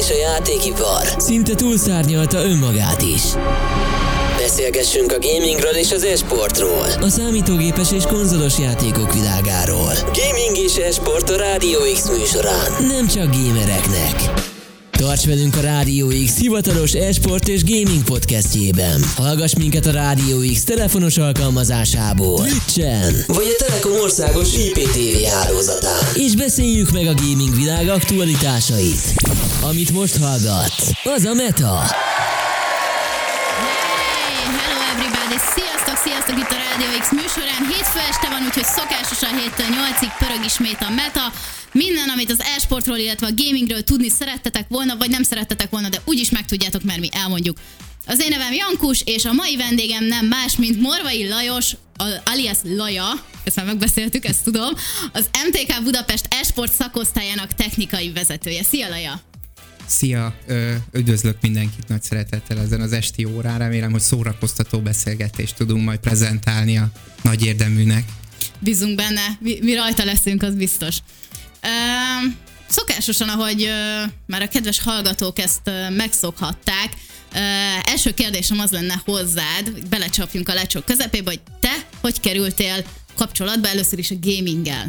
és a játékipar szinte túlszárnyalta önmagát is. Beszélgessünk a gamingről és az e-sportról. A számítógépes és konzolos játékok világáról. Gaming és e-sport a Rádió X műsorán. Nem csak gamereknek. Tarts velünk a Rádió X hivatalos e-sport és gaming podcastjében. Hallgass minket a Rádió X telefonos alkalmazásából, Twitchen, vagy a Telekom országos IPTV hálózatán. És beszéljük meg a gaming világ aktualitásait. Amit most hallgatsz, az a Meta. Sziasztok itt a Rádió X műsorán. Hétfő este van, úgyhogy szokásosan 7-től 8-ig pörög ismét a Meta. Minden, amit az e-sportról, illetve a gamingről tudni szerettetek volna, vagy nem szerettetek volna, de úgyis megtudjátok, mert mi elmondjuk. Az én nevem Jankus, és a mai vendégem nem más, mint Morvai Lajos, alias Laja, ezt már megbeszéltük, ezt tudom, az MTK Budapest e-sport szakosztályának technikai vezetője. Szia, Laja! Szia! Üdvözlök mindenkit nagy szeretettel ezen az esti órán. Remélem, hogy szórakoztató beszélgetést tudunk majd prezentálni a nagy érdeműnek. Bízunk benne, mi rajta leszünk, az biztos. Szokásosan, ahogy már a kedves hallgatók ezt megszokhatták, első kérdésem az lenne hozzád, hogy belecsapjunk a lecsók közepébe, hogy te hogy kerültél kapcsolatba először is a gaminggel?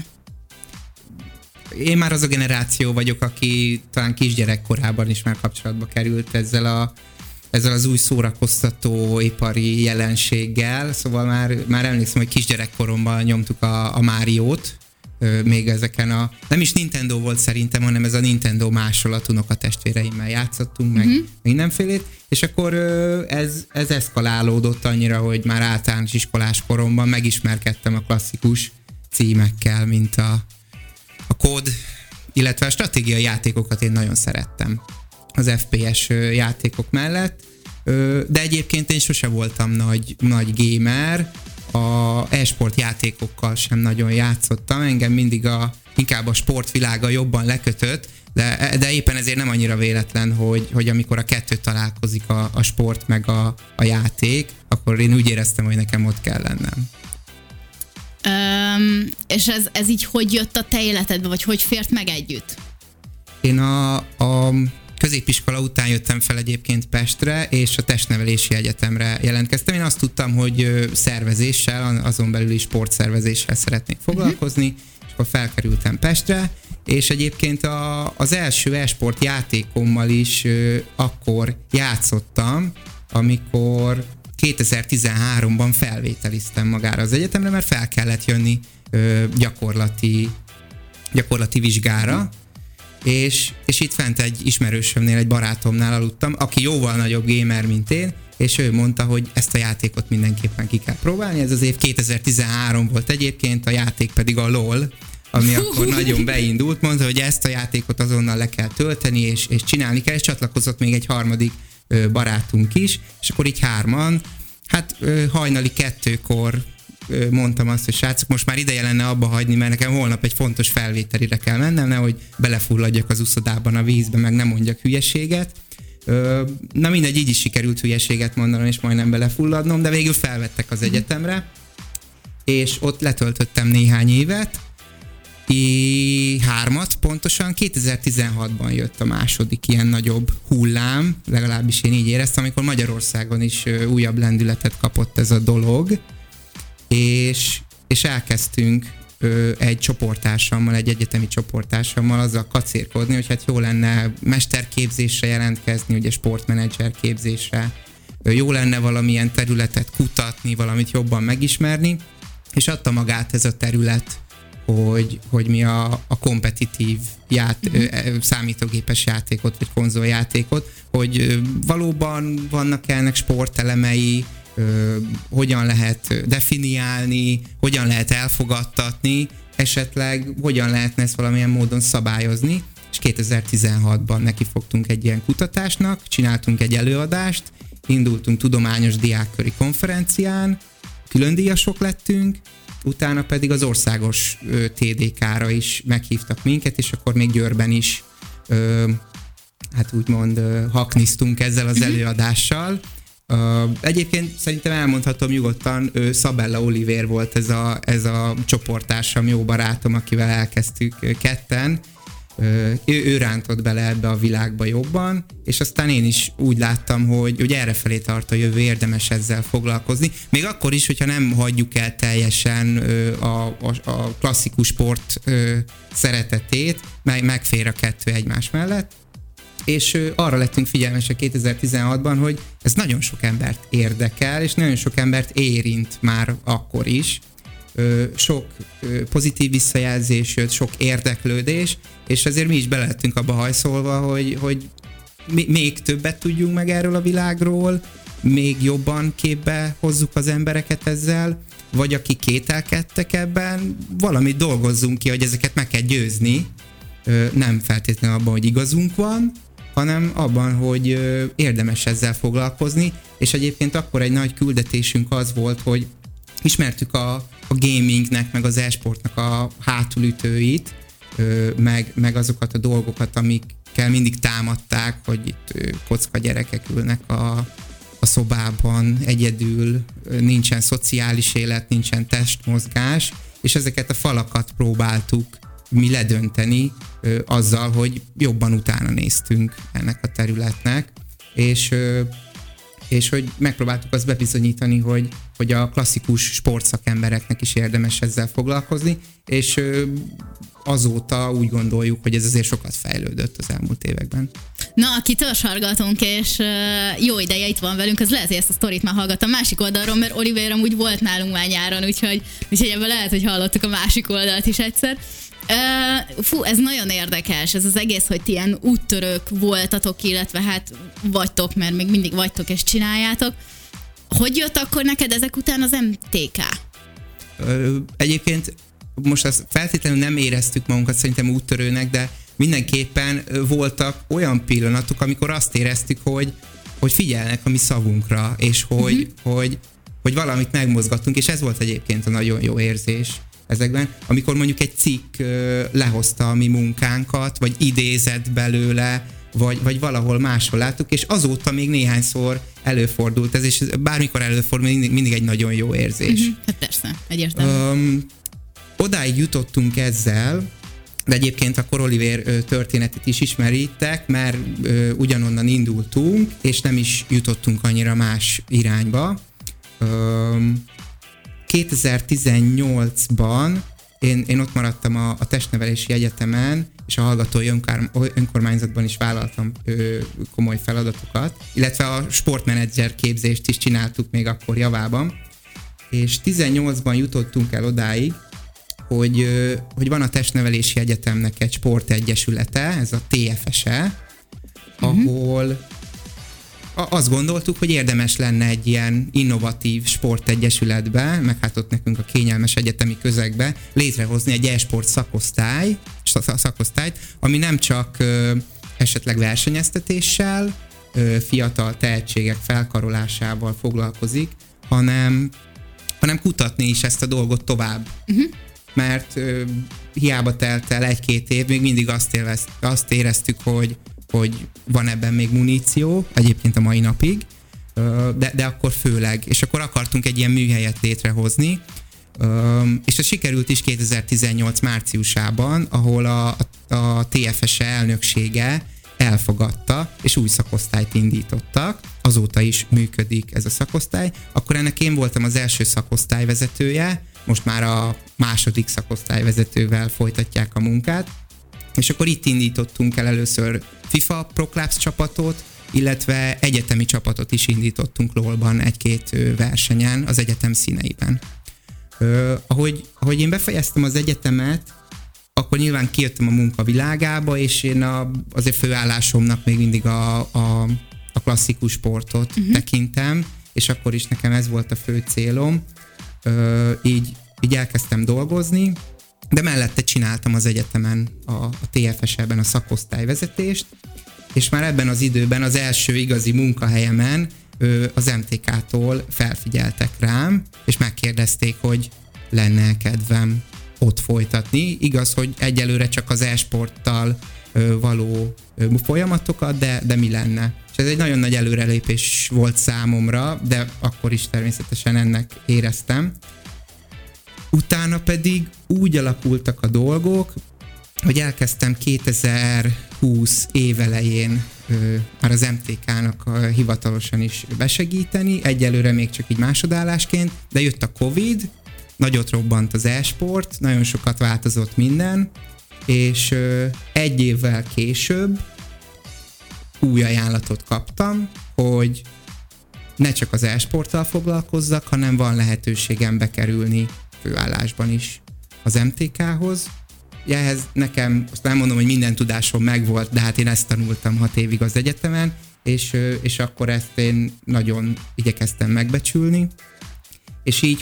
Én már az a generáció vagyok, aki talán kisgyerekkorában is már kapcsolatba került ezzel az új szórakoztató ipari jelenséggel, szóval már emlékszem, hogy kisgyerekkoromban nyomtuk a Máriót, még ezeken nem is Nintendo volt szerintem, hanem ez a Nintendo másolat, unokatestvéreimmel játszottunk, meg mindenfélét, és akkor ez eszkalálódott annyira, hogy már általános iskolás koromban megismerkedtem a klasszikus címekkel, mint a kód, illetve a stratégiai játékokat én nagyon szerettem az FPS játékok mellett, de egyébként én sose voltam nagy gamer, a e-sport játékokkal sem nagyon játszottam, engem mindig inkább a sportvilága jobban lekötött, de éppen ezért nem annyira véletlen, hogy amikor a kettő találkozik, a sport meg a játék, akkor én úgy éreztem, hogy nekem ott kell lennem. És ez így hogy jött a te életedbe, vagy hogy fért meg együtt? Én a középiskola után jöttem fel egyébként Pestre, és a testnevelési egyetemre jelentkeztem. Én azt tudtam, hogy szervezéssel, azon belül is sportszervezéssel szeretnék foglalkozni, és akkor felkerültem Pestre, és egyébként az első e-sport játékommal is akkor játszottam, amikor 2013-ban felvételiztem magára az egyetemre, mert fel kellett jönni gyakorlati vizsgára, és itt fent egy ismerősömnél, egy barátomnál aludtam, aki jóval nagyobb gamer, mint én, és ő mondta, hogy ezt a játékot mindenképpen ki kell próbálni. Ez az év 2013 volt egyébként, a játék pedig a LOL, ami akkor nagyon beindult, mondta, hogy ezt a játékot azonnal le kell tölteni, és csinálni kell, és csatlakozott még egy harmadik barátunk is, és akkor így hárman, hajnali 2-kor mondtam azt, hogy srácok, most már ideje lenne abba hagyni, mert nekem holnap egy fontos felvételire kell mennem, nehogy belefulladjak az uszodában a vízbe, meg nem mondjak hülyeséget. Na mindegy, így is sikerült hülyeséget mondanom, és majdnem belefulladnom, de végül felvettek az egyetemre, és ott letöltöttem néhány évet, 3 pontosan, 2016-ban jött a második ilyen nagyobb hullám, legalábbis én így éreztem, amikor Magyarországon is újabb lendületet kapott ez a dolog, és elkezdtünk egy csoporttársammal, egy egyetemi csoporttársammal azzal kacérkodni, hogy hát jó lenne mesterképzésre jelentkezni, ugye sportmenedzser képzésre, jó lenne valamilyen területet kutatni, valamit jobban megismerni, és adta magát ez a terület, hogy mi a kompetitív számítógépes játékot, vagy konzoljátékot, hogy valóban vannak ennek sportelemei, hogyan lehet definiálni, hogyan lehet elfogadtatni, esetleg hogyan lehetne ezt valamilyen módon szabályozni, és 2016-ban nekifogtunk egy ilyen kutatásnak, csináltunk egy előadást, indultunk tudományos diákköri konferencián, különdíjasok lettünk, utána pedig az országos TDK-ra is meghívtak minket, és akkor még Győrben is úgymond haknisztunk ezzel az előadással. Egyébként szerintem elmondhatom nyugodtan, Szabella Olivér volt ez a csoporttársam, jó barátom, akivel elkezdtük ketten, ő rántott bele ebbe a világba jobban, és aztán én is úgy láttam, hogy errefelé tart a jövő, érdemes ezzel foglalkozni. Még akkor is, hogyha nem hagyjuk el teljesen a klasszikus sport szeretetét, megfér a kettő egymás mellett, és arra lettünk figyelmesek 2016-ban, hogy ez nagyon sok embert érdekel, és nagyon sok embert érint már akkor is. Sok pozitív visszajelzés jött, sok érdeklődés, és ezért mi is bele lettünk abba hajszolva, hogy még többet tudjunk meg erről a világról, még jobban képbe hozzuk az embereket ezzel, vagy akik kételkedtek ebben, valamit dolgozzunk ki, hogy ezeket meg kell győzni, nem feltétlenül abban, hogy igazunk van, hanem abban, hogy érdemes ezzel foglalkozni, és egyébként akkor egy nagy küldetésünk az volt, hogy ismertük a gamingnek, meg az e-sportnak a hátulütőit, meg azokat a dolgokat, amikkel mindig támadták, hogy itt kocka gyerekek ülnek a szobában, egyedül, nincsen szociális élet, nincsen testmozgás, és ezeket a falakat próbáltuk mi ledönteni azzal, hogy jobban utána néztünk ennek a területnek, és hogy megpróbáltuk azt bebizonyítani, hogy a klasszikus sportszakembereknek is érdemes ezzel foglalkozni, és azóta úgy gondoljuk, hogy ez azért sokat fejlődött az elmúlt években. Na, aki törzshargatunk, és jó ideje itt van velünk, az lehet, hogy ezt a sztorit már hallgattam másik oldalról, mert Oliver amúgy volt nálunk már nyáron, úgyhogy ebből lehet, hogy hallottuk a másik oldalt is egyszer. Ez nagyon érdekes, ez az egész, hogy ti ilyen úttörők voltatok, illetve hát vagytok, mert még mindig vagytok és csináljátok. Hogy jött akkor neked ezek után az MTK? Egyébként most azt feltétlenül nem éreztük magunkat szerintem úttörőnek, de mindenképpen voltak olyan pillanatok, amikor azt éreztük, hogy figyelnek a mi szavunkra, és hogy valamit megmozgattunk, és ez volt egyébként a nagyon jó érzés ezekben, amikor mondjuk egy cikk lehozta a mi munkánkat, vagy idézett belőle, vagy valahol máshol láttuk, és azóta még néhányszor előfordult ez, és bármikor előfordul, mindig egy nagyon jó érzés. Hát persze, egyértelmű. Odáig jutottunk ezzel, de egyébként a Oliver történetét is ismeritek, mert ugyanonnan indultunk, és nem is jutottunk annyira más irányba. 2018-ban én ott maradtam a testnevelési egyetemen, és a hallgatói önkormányzatban is vállaltam komoly feladatokat, illetve a sportmenedzser képzést is csináltuk még akkor javában, és 18-ban jutottunk el odáig, hogy van a testnevelési egyetemnek egy sportegyesülete, ez a TFSE, ahol azt gondoltuk, hogy érdemes lenne egy ilyen innovatív sportegyesületbe, meg hát ott nekünk a kényelmes egyetemi közegbe létrehozni egy e-sport szakosztályt, ami nem csak esetleg versenyeztetéssel, fiatal tehetségek felkarolásával foglalkozik, hanem kutatni is ezt a dolgot tovább. Mert hiába telt el 1-2 év, még mindig azt éreztük, hogy van ebben még muníció, egyébként a mai napig, de akkor főleg. És akkor akartunk egy ilyen műhelyet létrehozni, és ez sikerült is 2018 márciusában, ahol a TFSE elnöksége elfogadta, és új szakosztályt indítottak. Azóta is működik ez a szakosztály. Akkor ennek én voltam az első szakosztályvezetője, most már a második szakosztályvezetővel folytatják a munkát, és akkor itt indítottunk el először FIFA Pro Clubs csapatot, illetve egyetemi csapatot is indítottunk LOL-ban 1-2 versenyen az egyetem színeiben. Ahogy én befejeztem az egyetemet, akkor nyilván kijöttem a munka világába, és én azért főállásomnak még mindig a klasszikus sportot tekintem, és akkor is nekem ez volt a fő célom. Így elkezdtem dolgozni, de mellette csináltam az egyetemen, a TFSE-ben a szakosztályvezetést, és már ebben az időben az első igazi munkahelyemen az MTK-tól felfigyeltek rám, és megkérdezték, hogy lenne kedvem ott folytatni. Igaz, hogy egyelőre csak az e-sporttal való folyamatokat, de mi lenne. És ez egy nagyon nagy előrelépés volt számomra, de akkor is természetesen ennek éreztem. Utána pedig úgy alakultak a dolgok, hogy elkezdtem 2020 évelején már az MTK-nak hivatalosan is besegíteni, egyelőre még csak így másodállásként, de jött a Covid, nagyot robbant az e-sport, nagyon sokat változott minden, és egy évvel később új ajánlatot kaptam, hogy ne csak az e-sporttal foglalkozzak, hanem van lehetőségem bekerülni főállásban is az MTK-hoz. Ehhez nekem, azt nem mondom, hogy minden tudásom megvolt, de hát én ezt tanultam 6 évig az egyetemen, és akkor ezt én nagyon igyekeztem megbecsülni, és így,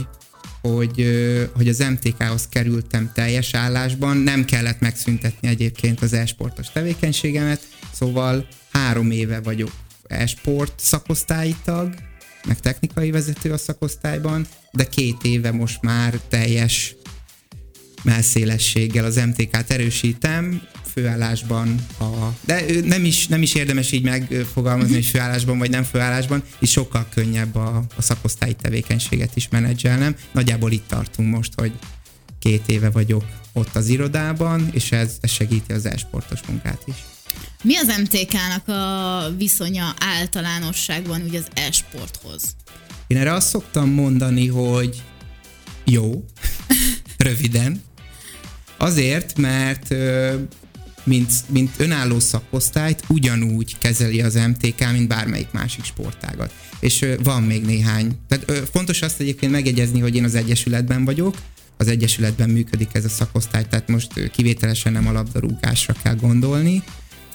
hogy az MTK-hoz kerültem teljes állásban, nem kellett megszüntetni egyébként az e-sportos tevékenységemet, szóval 3 éve vagyok e-sport szakosztályi tag, meg technikai vezető a szakosztályban, de 2 éve most már teljes mellszélességgel az MTK-t erősítem, főállásban de nem is érdemes így megfogalmazni, hogy főállásban vagy nem főállásban, így sokkal könnyebb a szakosztályi tevékenységet is menedzselnem. Nagyjából itt tartunk most, hogy 2 éve vagyok ott az irodában, és ez segíti az e-sportos munkát is. Mi az MTK-nak a viszonya általánosságban úgy az e-sporthoz? Én erre azt szoktam mondani, hogy jó, röviden. Azért, mert mint önálló szakosztályt ugyanúgy kezeli az MTK, mint bármelyik másik sportágat. És van még néhány. Tehát fontos azt egyébként megjegyezni, hogy én az Egyesületben vagyok, az Egyesületben működik ez a szakosztály, tehát most kivételesen nem a labdarúgásra kell gondolni,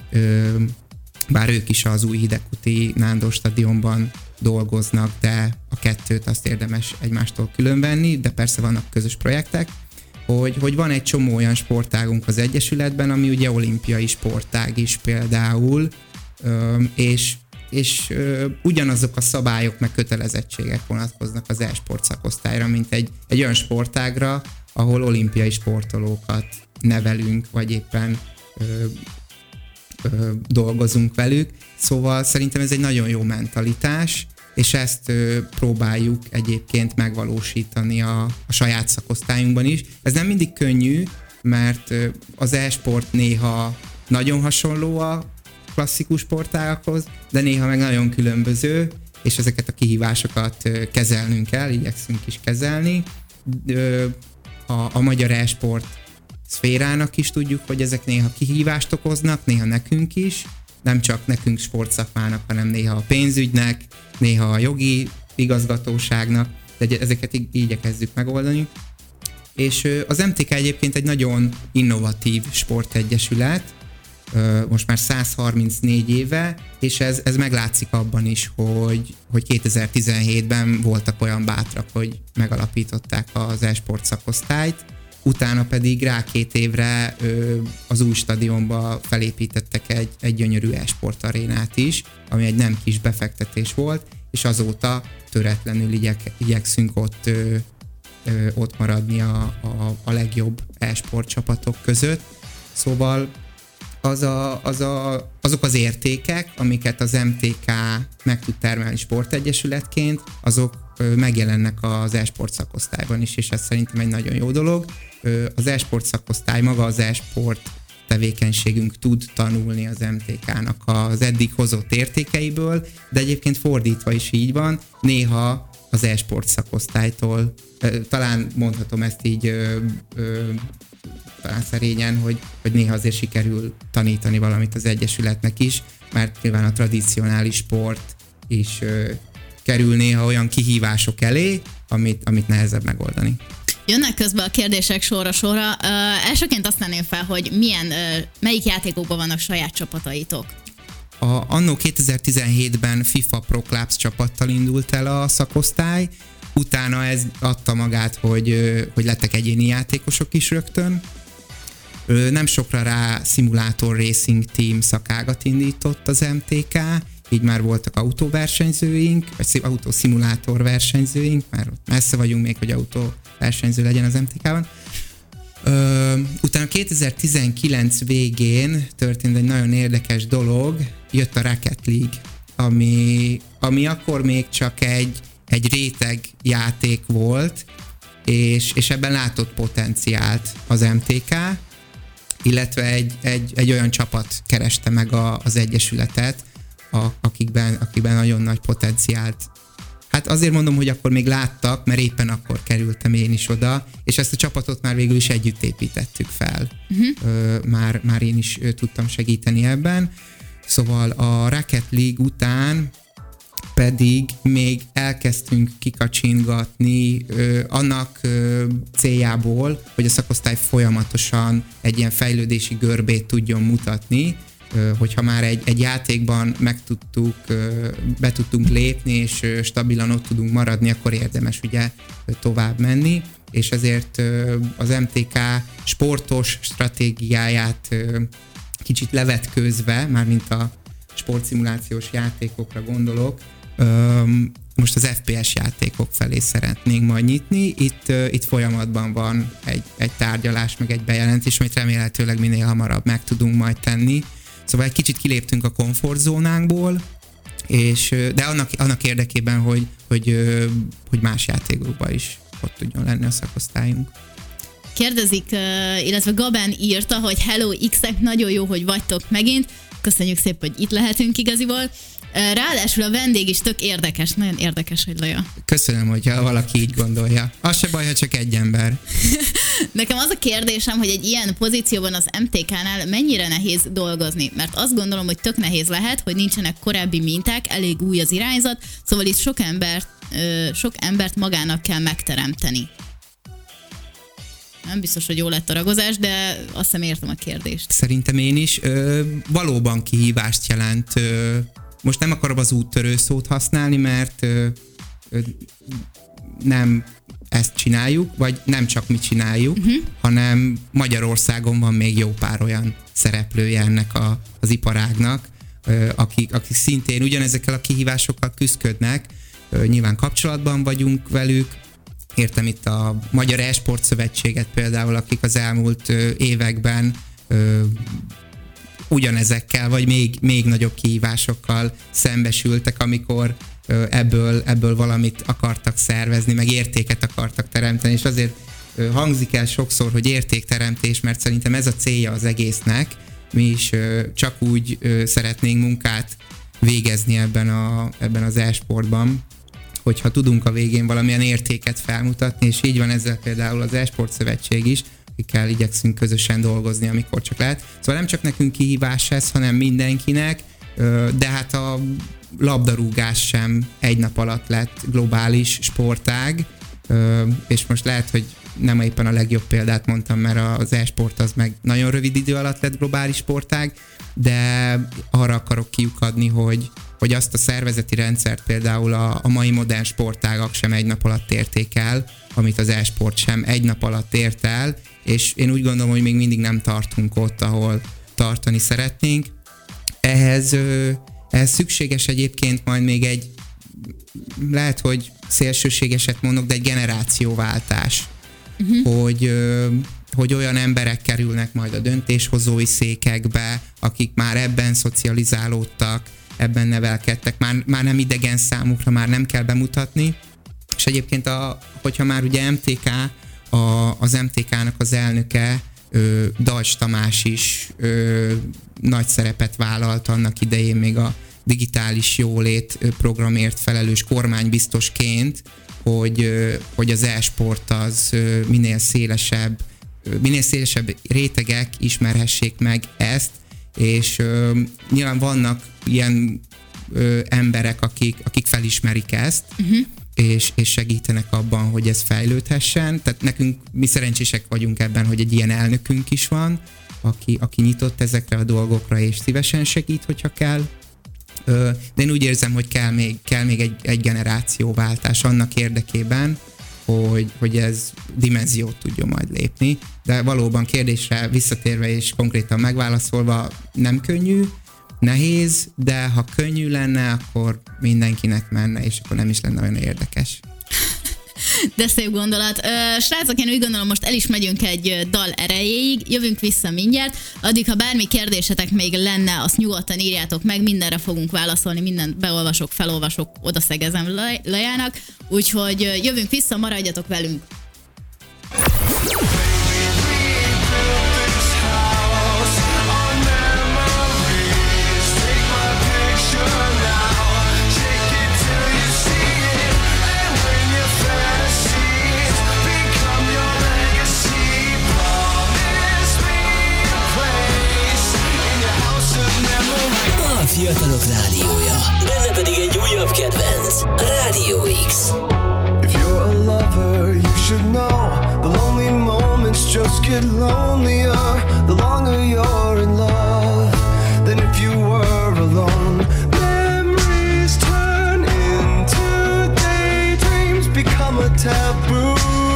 bár ők is az új Hidegkuti Nándor stadionban dolgoznak, de a kettőt azt érdemes egymástól különvenni, de persze vannak közös projektek, hogy van egy csomó olyan sportágunk az Egyesületben, ami ugye olimpiai sportág is például, és ugyanazok a szabályok meg kötelezettségek vonatkoznak az e-sport szakosztályra, mint egy olyan sportágra, ahol olimpiai sportolókat nevelünk, vagy éppen dolgozunk velük. Szóval szerintem ez egy nagyon jó mentalitás, és ezt próbáljuk egyébként megvalósítani a saját szakosztályunkban is. Ez nem mindig könnyű, mert az e-sport néha nagyon hasonló a klasszikus sportágakhoz, de néha meg nagyon különböző, és ezeket a kihívásokat kezelnünk kell, igyekszünk is kezelni. A magyar e-sport szférának is tudjuk, hogy ezek néha kihívást okoznak, néha nekünk is, nem csak nekünk sportszakmának, hanem néha a pénzügynek, néha a jogi igazgatóságnak, de ezeket igyekezzük megoldani. És az MTK egyébként egy nagyon innovatív sportegyesület, most már 134 éve, és ez meglátszik abban is, hogy 2017-ben voltak olyan bátrak, hogy megalapították az e-sport szakosztályt, utána pedig rá 2 évre az új stadionba felépítettek egy gyönyörű e-sport arénát is, ami egy nem kis befektetés volt, és azóta töretlenül igyekszünk ott maradni a legjobb e-sport csapatok között. Szóval azok az értékek, amiket az MTK meg tud termelni sportegyesületként, azok megjelennek az e-sport szakosztályban is, és ez szerintem egy nagyon jó dolog. Az e-sport szakosztály, maga az e-sport tevékenységünk tud tanulni az MTK-nak az eddig hozott értékeiből, de egyébként fordítva is így van, néha az e-sport szakosztálytól, talán mondhatom ezt így talán szerényen, hogy néha azért sikerül tanítani valamit az Egyesületnek is, mert nyilván a tradicionális sport is kerül néha olyan kihívások elé, amit nehezebb megoldani. Jönnek közben a kérdések sorra. Elsőként azt tenném fel, hogy melyik játékokban vannak saját csapataitok? Anno 2017-ben FIFA Pro Clubs csapattal indult el a szakosztály, utána ez adta magát, hogy lettek egyéni játékosok is rögtön. Nem sokra rá Simulator Racing Team szakágat indított az MTK, így már voltak autóversenyzőink, vagy autószimulátor versenyzőink, már messze vagyunk még, hogy autóversenyző legyen az MTK-ban. Utána 2019 végén történt egy nagyon érdekes dolog, jött a Rocket League, ami akkor még csak egy réteg játék volt, és ebben látott potenciált az MTK, illetve egy olyan csapat kereste meg az egyesületet, akikben nagyon nagy potenciált. Hát azért mondom, hogy akkor még láttak, mert éppen akkor kerültem én is oda, és ezt a csapatot már végül is együtt építettük fel. Már én is tudtam segíteni ebben. Szóval a Rocket League után pedig még elkezdtünk kikacsingatni annak céljából, hogy a szakosztály folyamatosan egy ilyen fejlődési görbét tudjon mutatni, hogyha már egy játékban be tudtunk lépni, és stabilan ott tudunk maradni, akkor érdemes ugye tovább menni, és ezért az MTK sportos stratégiáját kicsit levetkőzve, mármint a sportszimulációs játékokra gondolok, most az FPS játékok felé szeretnénk majd nyitni. Itt folyamatban van egy tárgyalás, meg egy bejelentés, amit remélhetőleg minél hamarabb meg tudunk majd tenni. Szóval egy kicsit kiléptünk a komfortzónánkból, de annak érdekében, hogy más játékokban is ott tudjon lenni a szakosztályunk. Kérdezik, illetve Gabán írta, hogy hello X-ek, nagyon jó, hogy vagytok megint. Köszönjük szépen, hogy itt lehetünk igaziból. Ráadásul a vendég is tök érdekes, nagyon érdekes, hogy Laja. Köszönöm, hogyha valaki így gondolja. Az se baj, ha csak egy ember. Nekem az a kérdésem, hogy egy ilyen pozícióban az MTK-nál mennyire nehéz dolgozni, mert azt gondolom, hogy tök nehéz lehet, hogy nincsenek korábbi minták, elég új az irányzat, szóval itt sok embert magának kell megteremteni. Nem biztos, hogy jó lett a ragozás, de azt hiszem értem a kérdést. Szerintem én is. Valóban kihívást jelent. Most nem akarom az úttörő szót használni, mert nem ezt csináljuk, vagy nem csak mi csináljuk, hanem Magyarországon van még jó pár olyan szereplője ennek az iparágnak, akik szintén ugyanezekkel a kihívásokkal küzdködnek. Nyilván kapcsolatban vagyunk velük. Értem itt a Magyar E-sport Szövetséget például, akik az elmúlt években ugyanezekkel, vagy még nagyobb kihívásokkal szembesültek, amikor ebből valamit akartak szervezni, meg értéket akartak teremteni, és azért hangzik el sokszor, hogy értékteremtés, mert szerintem ez a célja az egésznek. Mi is csak úgy szeretnénk munkát végezni ebben az e-sportban, hogyha tudunk a végén valamilyen értéket felmutatni, és így van ezzel például az E-sport Szövetség is, akikkel igyekszünk közösen dolgozni, amikor csak lehet. Szóval nem csak nekünk kihívás ez, hanem mindenkinek, de hát a labdarúgás sem egy nap alatt lett globális sportág, és most lehet, hogy nem éppen a legjobb példát mondtam, mert az e-sport az meg nagyon rövid idő alatt lett globális sportág, de arra akarok kiukadni, hogy azt a szervezeti rendszert például a mai modern sportágak sem egy nap alatt érték el, amit az e-sport sem egy nap alatt ért el, és én úgy gondolom, hogy még mindig nem tartunk ott, ahol tartani szeretnénk. Ehhez szükséges egyébként majd még lehet, hogy szélsőségeset mondok, de egy generációváltás, hogy olyan emberek kerülnek majd a döntéshozói székekbe, akik már ebben szocializálódtak, ebben nevelkedtek, már nem idegen számukra, már nem kell bemutatni, és egyébként hogyha már ugye MTK, az MTK-nak az elnöke, Dajcs Tamás is nagy szerepet vállalt annak idején még a digitális jólét programért felelős kormánybiztosként, hogy az e-sport az minél szélesebb rétegek ismerhessék meg ezt, és nyilván vannak ilyen emberek, akik felismerik ezt, és segítenek abban, hogy ez fejlődhessen. Tehát mi szerencsések vagyunk ebben, hogy egy ilyen elnökünk is van, aki nyitott ezekre a dolgokra, és szívesen segít, hogyha kell. De én úgy érzem, hogy kell még egy generációváltás annak érdekében, hogy ez dimenziót tudjon majd lépni. De valóban kérdésre visszatérve és konkrétan megválaszolva, nem könnyű, nehéz, de ha könnyű lenne, akkor mindenkinek menne, és akkor nem is lenne olyan érdekes. De szép gondolat. Srácok, én úgy gondolom, most el is megyünk egy dal erejéig, jövünk vissza mindjárt. Addig, ha bármi kérdésetek még lenne, azt nyugodtan írjátok meg, mindenre fogunk válaszolni, mindent beolvasok, felolvasok, odaszegezem Lajának. Úgyhogy jövünk vissza, maradjatok velünk! fiatalok rádiója. Benne pedig egy újabb kedvenc, a Rádió X. If you're a lover, you should know the lonely moments just get lonelier the longer you're in love than if you were alone. Memories turn into daydreams, become a taboo.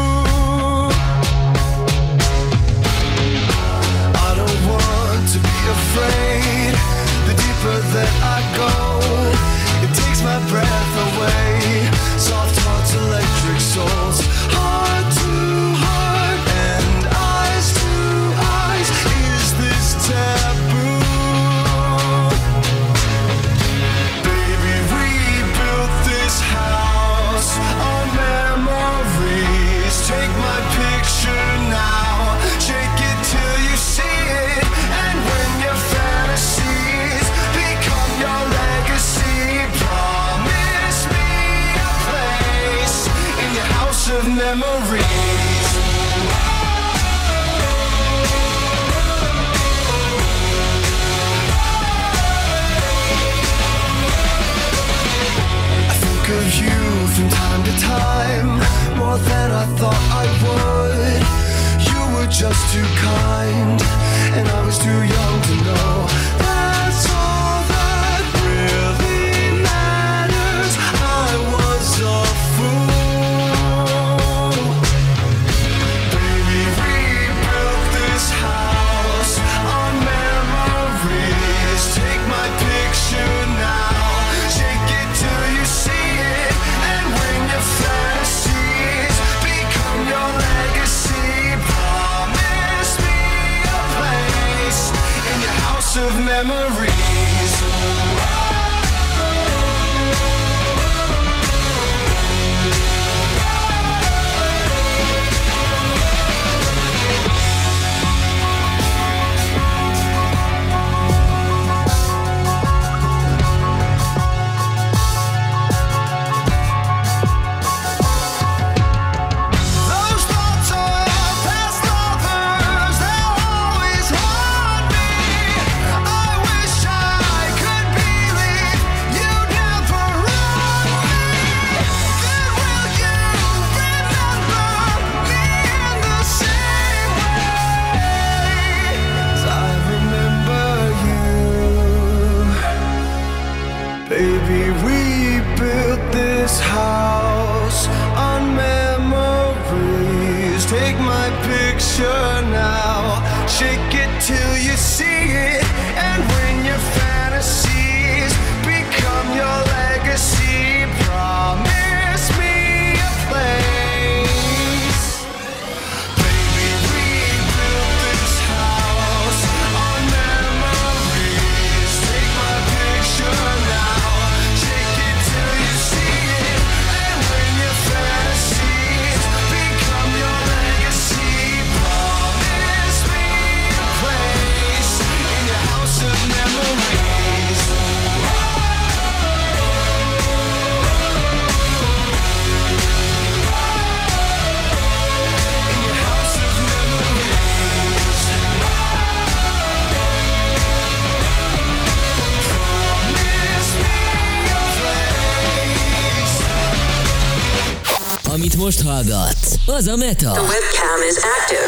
I don't want to be afraid. The deeper that I go, it takes my breath away. Soft hearts, electric souls, heart to heart and eyes to eyes. Is this taboo? Baby, we built this house on memories. Take my picture now, shake it till you see it. And when your fantasies become your legacy, promise me a place in your house of memories. I think of you from time to time, more than I thought I would. You were just too kind, and I was too young to know. That's all that really matters. I was a fool. Baby, we built this house on memories. Take my picture now, shake it till you see it. And when your fantasies become your legacy, promise me a place in your house of memories. Those thoughts of past lovers, they'll always haunt me. I wish I could believe you'd never wrong me. Then will you remember me in the same way as I remember you? Baby, we built this house on memories. Take my picture now, shake it till you see it. And when your fantasies become your legacy, promise me a place. Baby, we built this house on memories. Take my picture now, shake it till you see it. And when your fantasies become your legacy, promise me a place in your house of memories. In your house of memories. Promise me a place. Amit most hallgatsz, az a Meta. Webcam is active.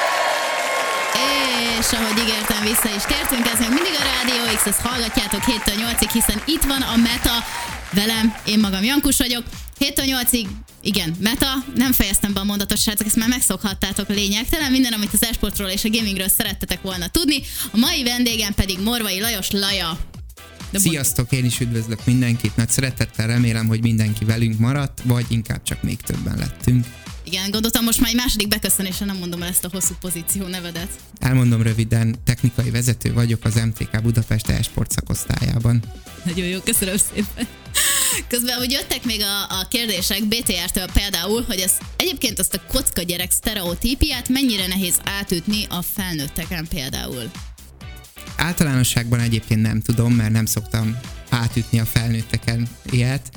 És ahogy ígértem, vissza is tértünk, ez még mindig a Rádió X, ezt hallgatjátok 7-től 8-ig, hiszen itt van a Meta, velem, én magam Jankus vagyok, 7-től 8-ig, igen, Meta, nem fejeztem be a mondatot, srácok, ezt már megszokhattátok, lényegtelen, minden, amit az esportról és a gamingről szerettetek volna tudni, a mai vendégem pedig Morvai Lajos Laja. Sziasztok, én is üdvözlök mindenkit, nagy szeretettel remélem, hogy mindenki velünk maradt, vagy inkább csak még többen lettünk. Igen, gondoltam, most már egy második beköszönésre nem mondom el ezt a hosszú pozíció nevedet. Elmondom röviden, technikai vezető vagyok az MTK Budapest e-sport szakosztályában. Nagyon jó, köszönöm szépen. Közben, hogy jöttek még a kérdések BTR-től például, hogy ez egyébként azt a kocka gyerek sztereotípiát mennyire nehéz átütni a felnőtteken például? Általánosságban egyébként nem tudom, mert nem szoktam átütni a felnőtteken ilyet,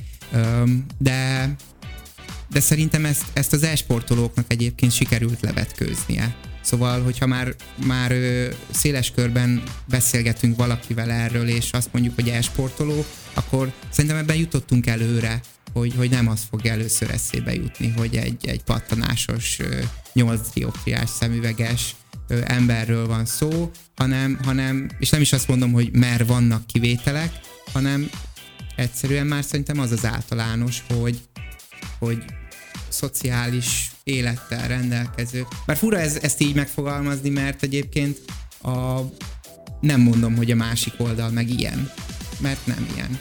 de szerintem ezt az e-sportolóknak egyébként sikerült levetkőznie. Szóval, hogyha már széles körben beszélgetünk valakivel erről, és azt mondjuk, hogy e-sportoló, akkor szerintem ebben jutottunk előre, hogy nem az fog először eszébe jutni, hogy egy pattanásos, 8 dioptriás szemüveges emberről van szó, hanem, és nem is azt mondom, hogy mert vannak kivételek, hanem egyszerűen már szerintem az az általános, hogy szociális élettel rendelkező. Bár fura ezt így megfogalmazni, mert egyébként nem mondom, hogy a másik oldal meg ilyen, mert nem ilyen.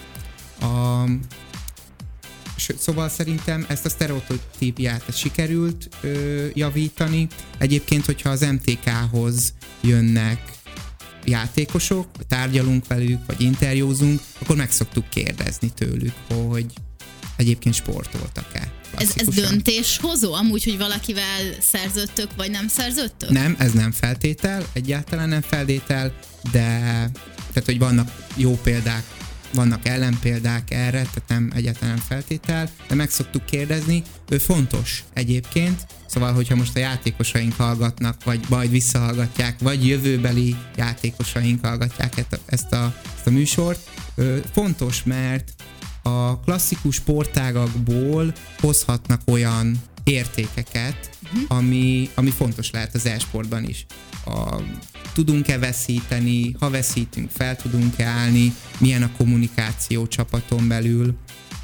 Szóval szerintem ezt a sztereotípiát sikerült javítani. Egyébként, hogyha az MTK-hoz jönnek játékosok, tárgyalunk velük, vagy interjúzunk, akkor meg szoktuk kérdezni tőlük, hogy egyébként sportoltak-e. Ez döntéshozó amúgy, hogy valakivel szerződtök, vagy nem szerződtök? Nem, ez nem feltétel, egyáltalán nem feltétel, de tehát, hogy vannak jó példák, vannak ellenpéldák erre, tehát nem egyáltalán nem feltétel, de meg szoktuk kérdezni. Fontos egyébként, szóval, hogyha most a játékosaink hallgatnak, vagy majd visszahallgatják, vagy jövőbeli játékosaink hallgatják ezt a műsort, fontos, mert a klasszikus sportágakból hozhatnak olyan értékeket, ami fontos lehet az e-sportban is. Tudunk-e veszíteni, ha veszítünk, fel tudunk-e állni, milyen a kommunikáció csapaton belül,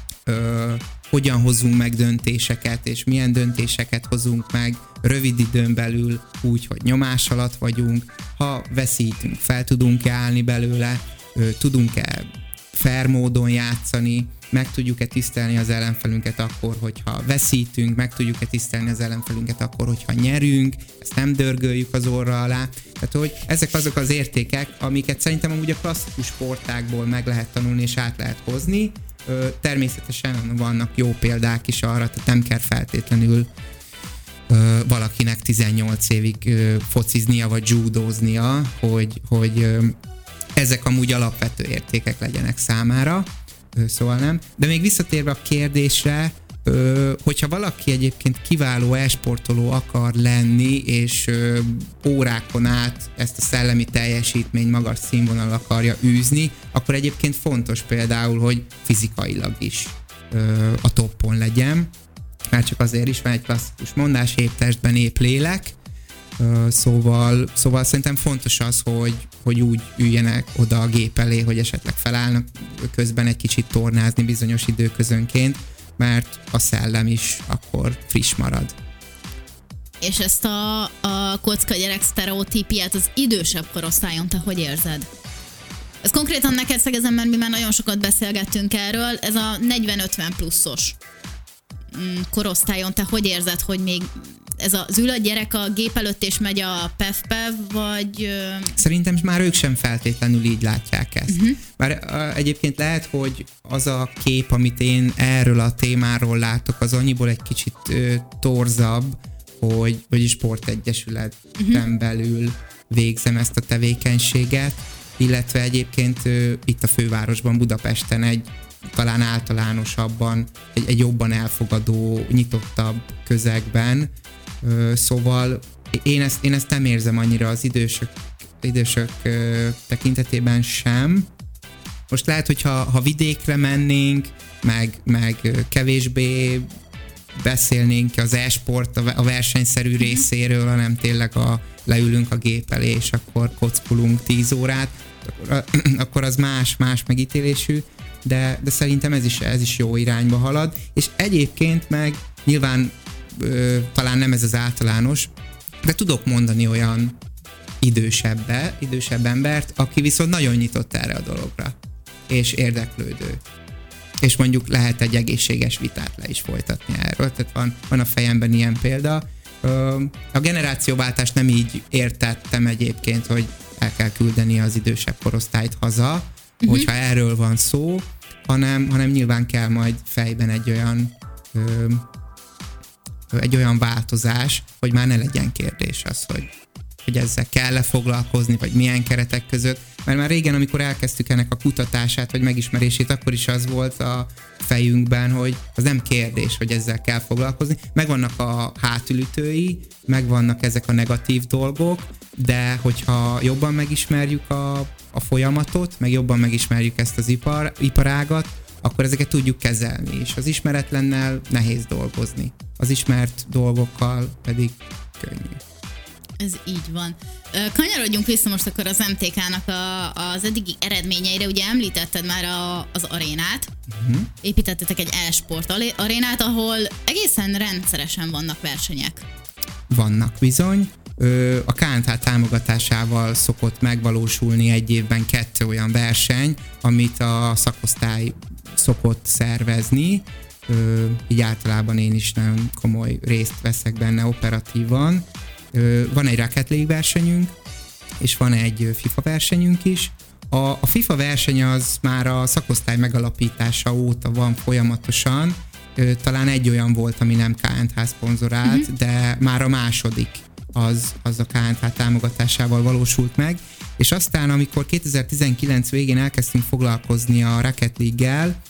hogyan hozunk meg döntéseket, és milyen döntéseket hozunk meg rövid időn belül úgy, hogy nyomás alatt vagyunk, ha veszítünk, fel tudunk-e állni belőle, tudunk-e fair módon játszani, meg tudjuk-e tisztelni az ellenfelünket akkor, hogyha veszítünk, meg tudjuk-e tisztelni az ellenfelünket akkor, hogyha nyerünk, ezt nem dörgöljük az orra alá. Tehát, hogy ezek azok az értékek, amiket szerintem amúgy a klasszikus sportágból meg lehet tanulni és át lehet hozni. Természetesen vannak jó példák is arra, tehát nem kell feltétlenül valakinek 18 évig fociznia vagy judóznia, hogy ezek amúgy alapvető értékek legyenek számára, szóval nem. De még visszatérve a kérdésre, hogyha valaki egyébként kiváló e-sportoló akar lenni, és órákon át ezt a szellemi teljesítményt magas színvonal akarja űzni, akkor egyébként fontos például, hogy fizikailag is a toppon legyen. Már csak azért is van egy klasszikus mondás, épp testben épp lélek. Szóval szerintem fontos az, hogy úgy üljenek oda a gép elé, hogy esetleg felállnak közben egy kicsit tornázni bizonyos időközönként, mert a szellem is akkor friss marad. És ezt a kocka gyerek sztereotípiát az idősebb korosztályon te hogy érzed? Ez konkrétan neked szegezem, mert mi már nagyon sokat beszélgettünk erről, ez a 40-50 pluszos korosztályon te hogy érzed, hogy még ez az ül a gyerek a gép előtt és megy a pev-pev, vagy... Szerintem már ők sem feltétlenül így látják ezt. Bár egyébként lehet, hogy az a kép, amit én erről a témáról látok, az annyiból egy kicsit torzabb, hogy sportegyesületen belül végzem ezt a tevékenységet, illetve egyébként itt a fővárosban, Budapesten talán általánosabban, egy jobban elfogadó, nyitottabb közegben. Szóval én ezt nem érzem annyira az idősök tekintetében sem. Most lehet, hogyha vidékre mennénk, meg kevésbé beszélnénk az e-sport a versenyszerű részéről, hanem tényleg leülünk a gép elé, és akkor kockulunk 10 órát, akkor az más megítélésű, de szerintem ez is jó irányba halad, és egyébként meg nyilván talán nem ez az általános, de tudok mondani olyan idősebb embert, aki viszont nagyon nyitott erre a dologra, és érdeklődő. És mondjuk lehet egy egészséges vitát le is folytatni erről, tehát van a fejemben ilyen példa. A generációváltást nem így értettem egyébként, hogy el kell küldeni az idősebb korosztályt haza, hogyha erről van szó, hanem nyilván kell majd fejben egy olyan változás, hogy már ne legyen kérdés az, hogy ezzel kell-e foglalkozni, vagy milyen keretek között. mert már régen, amikor elkezdtük ennek a kutatását, vagy megismerését, akkor is az volt a fejünkben, hogy az nem kérdés, hogy ezzel kell foglalkozni. Megvannak a hátulütői, megvannak ezek a negatív dolgok, de hogyha jobban megismerjük a folyamatot, meg jobban megismerjük ezt az iparágat, akkor ezeket tudjuk kezelni, és az ismeretlennel nehéz dolgozni. Az ismert dolgokkal pedig könnyű. Ez így van. Kanyarodjunk vissza most akkor az MTK-nak az eddigi eredményeire. Ugye említetted már az arénát. Építettetek egy e-sport arénát, ahol egészen rendszeresen vannak versenyek. Vannak bizony. A KNH támogatásával szokott megvalósulni egy évben 2 olyan verseny, amit a szakosztály szokott szervezni. Így általában én is nagyon komoly részt veszek benne operatívan. Van egy Rocket League versenyünk, és van egy FIFA versenyünk is. A FIFA verseny az már a szakosztály megalapítása óta van folyamatosan. Talán egy olyan volt, ami nem KNH szponzorált, de már a második az a KNH támogatásával valósult meg. És aztán, amikor 2019 végén elkezdtünk foglalkozni a Rocket League-gel,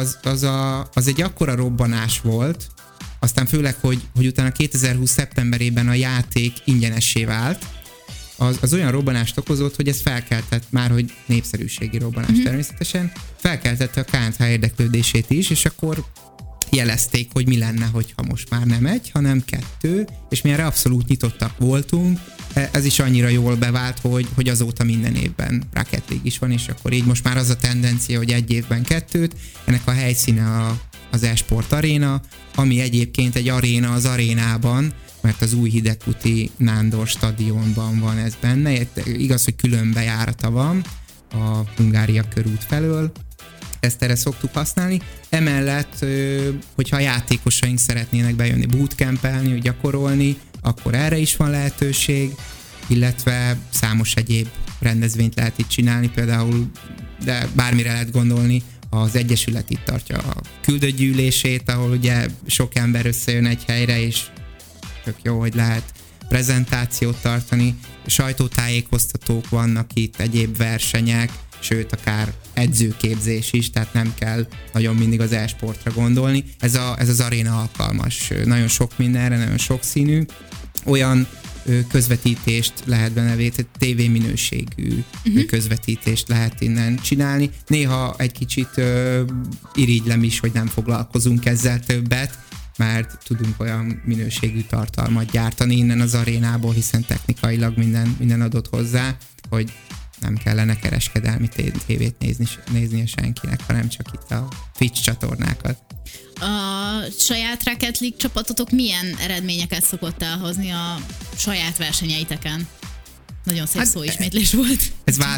az egy akkora robbanás volt, aztán főleg, hogy utána 2020 szeptemberében a játék ingyenessé vált, az olyan robbanást okozott, hogy ez felkeltett már, hogy népszerűségi robbanás természetesen, felkeltette a KNH érdeklődését is, és akkor jelezték, hogy mi lenne, hogyha most már nem 1, hanem 2, és mi erre abszolút nyitottak voltunk. Ez is annyira jól bevált, hogy azóta minden évben Rocket League is van, és akkor így most már az a tendencia, hogy egy évben 2. Ennek a helyszíne az e-sport aréna, ami egyébként egy aréna az arénában, mert az új Hidegkuti Nándor stadionban van ez benne. Igaz, hogy külön bejárata van a Hungária körút felől, ezt erre szoktuk használni. Emellett, hogyha a játékosaink szeretnének bejönni bootcampelni, gyakorolni, akkor erre is van lehetőség, illetve számos egyéb rendezvényt lehet itt csinálni, például, de bármire lehet gondolni, az Egyesület itt tartja a küldött gyűlését, ahol ugye sok ember összejön egy helyre, és tök jó, hogy lehet prezentációt tartani, sajtótájékoztatók vannak itt, egyéb versenyek, sőt, akár edzőképzés is, tehát nem kell nagyon mindig az e-sportra gondolni. Ez az aréna alkalmas, nagyon sok mindenre, nagyon sokszínű. Olyan közvetítést lehet benne, tévéminőségű közvetítést lehet innen csinálni. Néha egy kicsit irigylem is, hogy nem foglalkozunk ezzel többet, mert tudunk olyan minőségű tartalmat gyártani innen az arénából, hiszen technikailag minden adott hozzá, hogy nem kellene kereskedelmi tévét néznie senkinek, hanem csak itt a Twitch csatornákat. A saját Rocket League csapatotok milyen eredményeket szokott elhozni a saját versenyeiteken? Nagyon szép szóismétlés volt.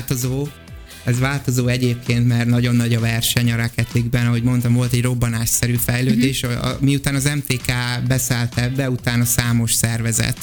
Ez változó egyébként, mert nagyon nagy a verseny a Rocket League-ben, ahogy mondtam, volt egy robbanásszerű fejlődés. Miután az MTK beszállt ebbe, utána számos szervezet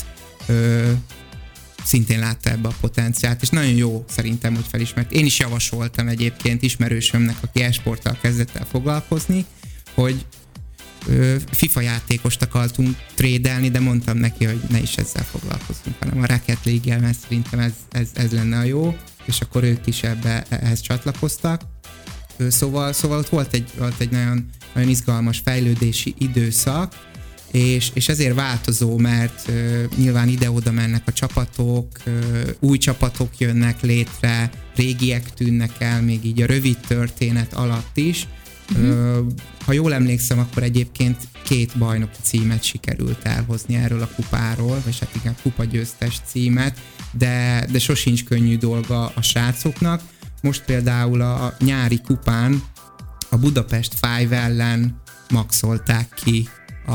szintén látta ebbe a potenciált, és nagyon jó szerintem, hogy felismert. Én is javasoltam egyébként ismerősömnek, aki e-sporttal kezdett el foglalkozni, hogy FIFA játékost akartunk trédelni, de mondtam neki, hogy ne is ezzel foglalkozunk, hanem a Rocket League-el, mert szerintem ez lenne a jó, és akkor ők is ehhez csatlakoztak. Szóval ott volt egy nagyon, nagyon izgalmas fejlődési időszak, és ezért változó, mert nyilván ide-oda mennek a csapatok, új csapatok jönnek létre, régiek tűnnek el, még így a rövid történet alatt is. Ha jól emlékszem, akkor egyébként 2 bajnoki címet sikerült elhozni erről a kupáról, vagy hát igen, kupagyőztes címet, de sosincs könnyű dolga a srácoknak. Most például a nyári kupán a Budapest Five ellen maxolták ki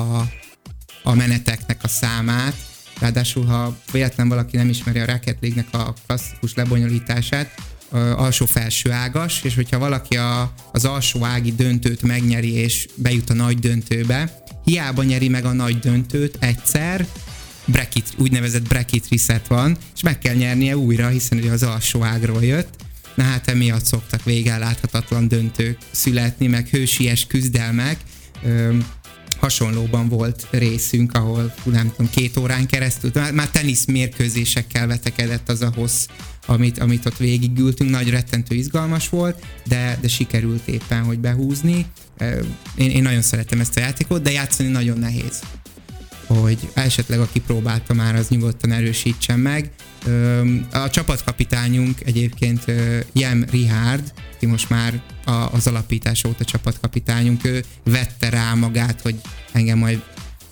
a meneteknek a számát. Ráadásul, ha véletlen valaki nem ismeri a Rocket League-nek a klasszikus lebonyolítását, alsó-felső ágas, és hogyha valaki az alsó ági döntőt megnyeri és bejut a nagy döntőbe, hiába nyeri meg a nagy döntőt egyszer, úgynevezett bracket reset van, és meg kell nyernie újra, hiszen ugye az alsó ágról jött. Na hát emiatt szoktak végálláthatatlan döntők születni, meg hősies küzdelmek. hasonlóban volt részünk, ahol nem tudom, 2 órán keresztül, már teniszmérkőzésekkel vetekedett az a hossz, amit ott végigültünk, nagy rettentő izgalmas volt, de sikerült éppen, hogy behúzni. Én nagyon szeretem ezt a játékot, de játszani nagyon nehéz. Hogy esetleg aki próbálta már, az nyugodtan erősítsen meg. A csapatkapitányunk egyébként Jem Richard, ki most már az alapítás óta csapatkapitányunk, ő vette rá magát, hogy engem majd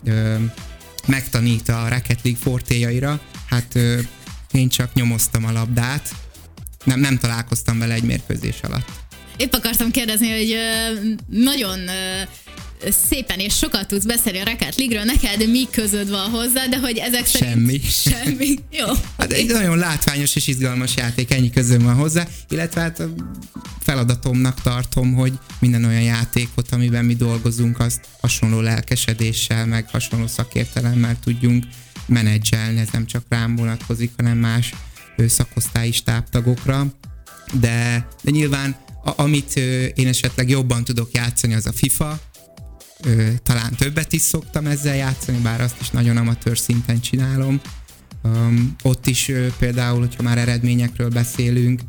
megtanít a Rocket League fortéjaira. Hát én csak nyomoztam a labdát, nem találkoztam vele egy mérkőzés alatt. Épp akartam kérdezni, hogy nagyon szépen és sokat tudsz beszélni a Rocket League-ről, neked mi közöd van hozzá, de hogy ezek szerint... Semmi. Jó. Hát egy nagyon látványos és izgalmas játék, ennyi közöm van hozzá, illetve hát feladatomnak tartom, hogy minden olyan játékot, amiben mi dolgozunk, azt hasonló lelkesedéssel, meg hasonló szakértelemmel tudjunk menedzselni, ez nem csak rám vonatkozik, hanem más szakosztályi stábtagokra, de nyilván amit én esetleg jobban tudok játszani, az a FIFA, talán többet is szoktam ezzel játszani, bár azt is nagyon amatőr szinten csinálom. Ott is például, hogyha már eredményekről beszélünk,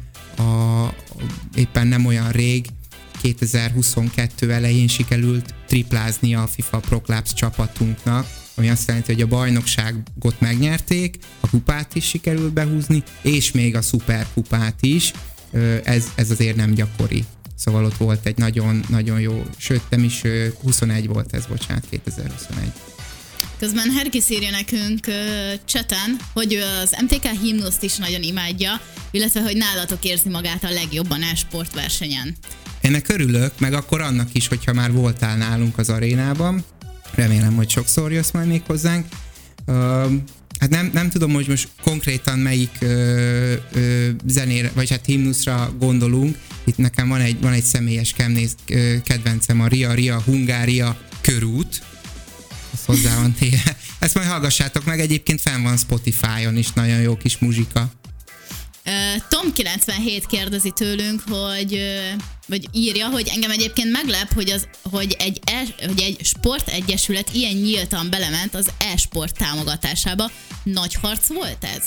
éppen nem olyan rég, 2022 elején sikerült triplázni a FIFA Pro Clubs csapatunknak, ami azt jelenti, hogy a bajnokságot megnyerték, a kupát is sikerült behúzni, és még a szuperkupát is. Ez azért nem gyakori. Szóval ott volt egy nagyon jó, sőt nem is 21 volt ez, bocsánat, 2021. Közben Herkis írja nekünk chaten, hogy ő az MTK himnuszt is nagyon imádja, illetve hogy nálatok érzi magát a legjobban e-sportversenyen. Ennek örülök, meg akkor annak is, hogyha már voltál nálunk az arénában. Remélem, hogy sokszor jössz majd még hozzánk. Hát nem tudom, hogy most konkrétan melyik zenére, vagy hát himnuszra gondolunk. Itt nekem van egy személyes kedvencem, a Ria Hungária körút. Ez hozzá van téve. Ezt majd hallgassátok meg, egyébként fenn van Spotify-on is, nagyon jó kis muzsika. Tom97 kérdezi tőlünk, vagy írja, hogy engem egyébként meglep, hogy egy sportegyesület ilyen nyíltan belement az e-sport támogatásába. Nagy harc volt ez?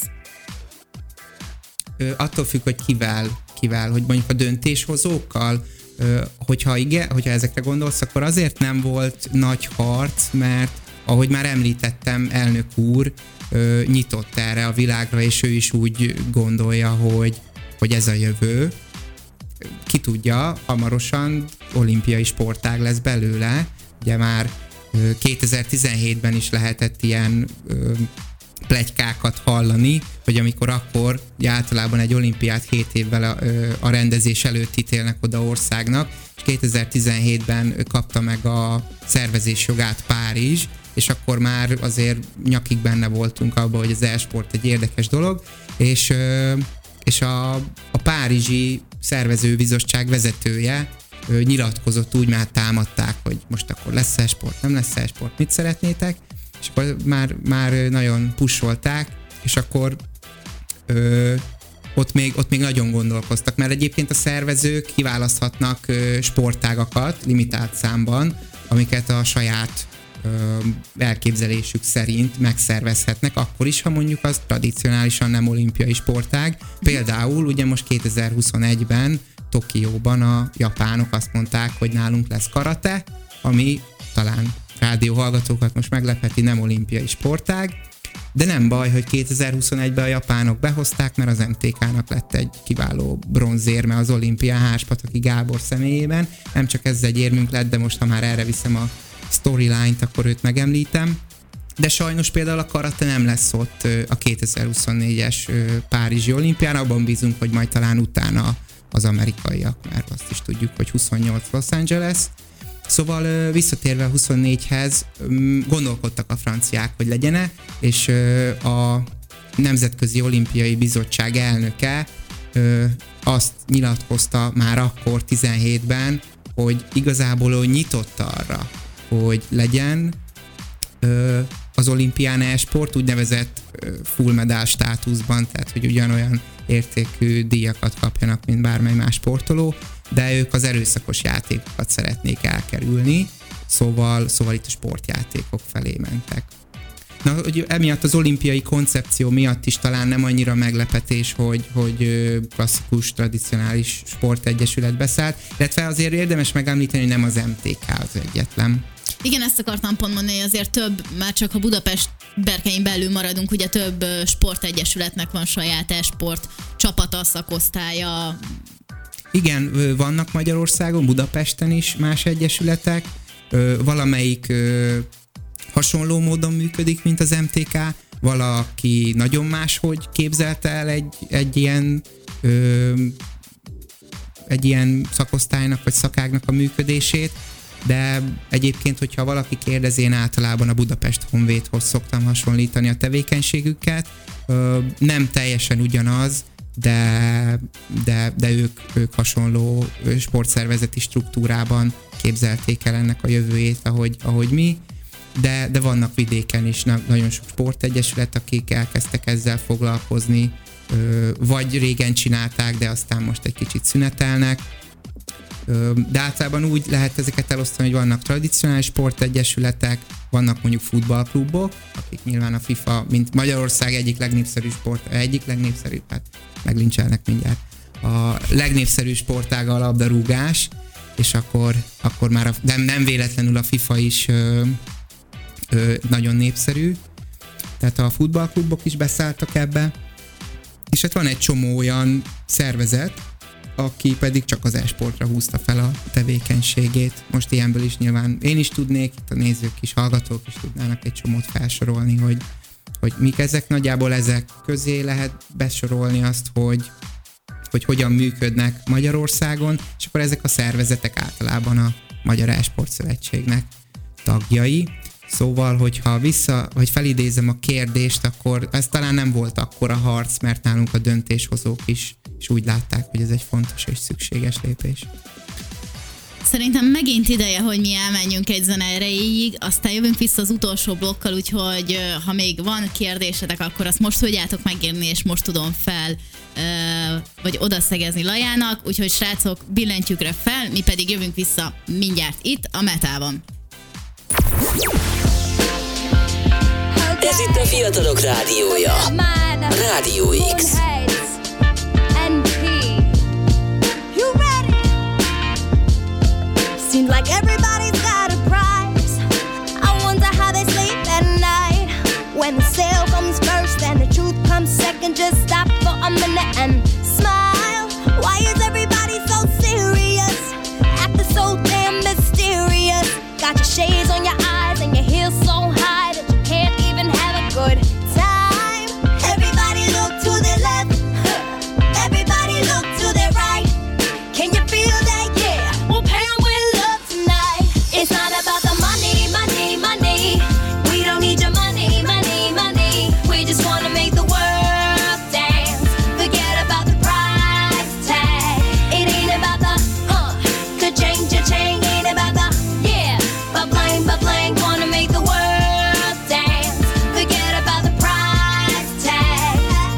Attól függ, hogy kivel, hogy mondjuk a döntéshozókkal, hogyha ezekre gondolsz, akkor azért nem volt nagy harc, mert ahogy már említettem, elnök úr nyitott erre a világra, és ő is úgy gondolja, hogy ez a jövő. Ki tudja, hamarosan olimpiai sportág lesz belőle. Ugye már 2017-ben is lehetett ilyen pletykákat hallani, hogy amikor ugye általában egy olimpiát 7 évvel a rendezés előtt ítélnek oda országnak, és 2017-ben kapta meg a szervezés jogát Párizs, és akkor már azért nyakig benne voltunk abban, hogy az e-sport egy érdekes dolog, és a párizsi szervezőbizottság vezetője nyilatkozott, úgy már támadták, hogy most akkor lesz e-sport, nem lesz e-sport, mit szeretnétek, és akkor már nagyon pusolták, és akkor ott még nagyon gondolkoztak, mert egyébként a szervezők kiválaszthatnak sportágakat limitált számban, amiket a saját elképzelésük szerint megszervezhetnek, akkor is, ha mondjuk az tradicionálisan nem olimpiai sportág. Például ugye most 2021-ben Tokióban a japánok azt mondták, hogy nálunk lesz karate, ami talán rádióhallgatókat most meglepheti, nem olimpiai sportág, de nem baj, hogy 2021-ben a japánok behozták, mert az MTK-nak lett egy kiváló bronzérme az olimpián Háspataki Gábor személyében. Nem csak ez egy érmünk lett, de most, ha már erre viszem a storyline-t, akkor őt megemlítem. De sajnos például a karate nem lesz ott a 2024-es Párizsi olimpián, abban bízunk, hogy majd talán utána az amerikaiak, mert azt is tudjuk, hogy 28 Los Angeles. Szóval visszatérve a 24-hez, gondolkodtak a franciák, hogy legyen-e, és a Nemzetközi Olimpiai Bizottság elnöke azt nyilatkozta már akkor 17-ben, hogy igazából ő nyitott arra, hogy legyen az olimpián e-sport úgynevezett full medál státuszban, tehát hogy ugyanolyan értékű díjakat kapjanak, mint bármely más sportoló, de ők az erőszakos játékokat szeretnék elkerülni, Szóval itt a sportjátékok felé mentek. Na, hogy emiatt az olimpiai koncepció miatt is talán nem annyira meglepetés, hogy klasszikus, tradicionális sportegyesület beszállt, illetve azért érdemes megemlíteni, hogy nem az MTK az egyetlen. Igen, ezt akartam pont mondani, hogy azért több, már csak ha Budapest berkein belül maradunk, ugye több sportegyesületnek van saját e-sport csapata, szakosztálya. Igen, vannak Magyarországon, Budapesten is más egyesületek, valamelyik hasonló módon működik, mint az MTK, valaki nagyon máshogy képzelte el egy ilyen szakosztálynak vagy szakágnak a működését, de egyébként, hogyha valaki kérdezi, én általában a Budapest Honvédhoz szoktam hasonlítani a tevékenységüket. Nem teljesen ugyanaz, de ők hasonló sportszervezeti struktúrában képzelték el ennek a jövőjét, ahogy mi. De vannak vidéken is nagyon sok sportegyesület, akik elkezdtek ezzel foglalkozni, vagy régen csinálták, de aztán most egy kicsit szünetelnek. De általában úgy lehet ezeket elosztani, hogy vannak tradicionális sportegyesületek, vannak mondjuk futballklubok, akik nyilván a FIFA, mint Magyarország egyik legnépszerűbb hát meglincselnek mindjárt, a legnépszerűbb sportága a labdarúgás, és akkor már nem véletlenül a FIFA is nagyon népszerű, tehát a futballklubok is beszálltak ebbe, és hát van egy csomó olyan szervezet, aki pedig csak az e-sportra húzta fel a tevékenységét. Most ilyenből is nyilván én is tudnék, itt a nézők is, hallgatók is tudnának egy csomót felsorolni, hogy mik ezek. Nagyjából ezek közé lehet besorolni azt, hogy hogyan működnek Magyarországon, és akkor ezek a szervezetek általában a Magyar E-sport Szövetségnek tagjai. Szóval, hogyha vagy felidézem a kérdést, akkor ez talán nem volt akkora harc, mert nálunk a döntéshozók is úgy látták, hogy ez egy fontos és szükséges lépés. Szerintem megint ideje, hogy mi elmenjünk egy zene erejéig, aztán jövünk vissza az utolsó blokkal, úgyhogy ha még van kérdésetek, akkor azt most tudjátok megírni, és most tudom fel, vagy odaszegezni Lajának, úgyhogy srácok, billentyűkre fel, mi pedig jövünk vissza mindjárt itt a Metában. Ez itt a Fiatalok Rádiója. Rádió X. Seems like everybody's got a price. I wonder how they sleep at night. When the sale comes first and the truth comes second, just stop for a minute and smile. Why is everybody so serious? Acting so damn mysterious. Got your shades on your eyes and your heels so high that you can't even have a good time. Everybody look to the left. Everybody look to the right. Can you feel that? Yeah. We'll pay 'em with love tonight. It's not about the money, money, money. We don't need your money, money, money. We just wanna make the world dance. Forget about the price tag. It ain't about the could change your chain. Ain't about the but blank. Wanna make the world dance. Forget about the price tag.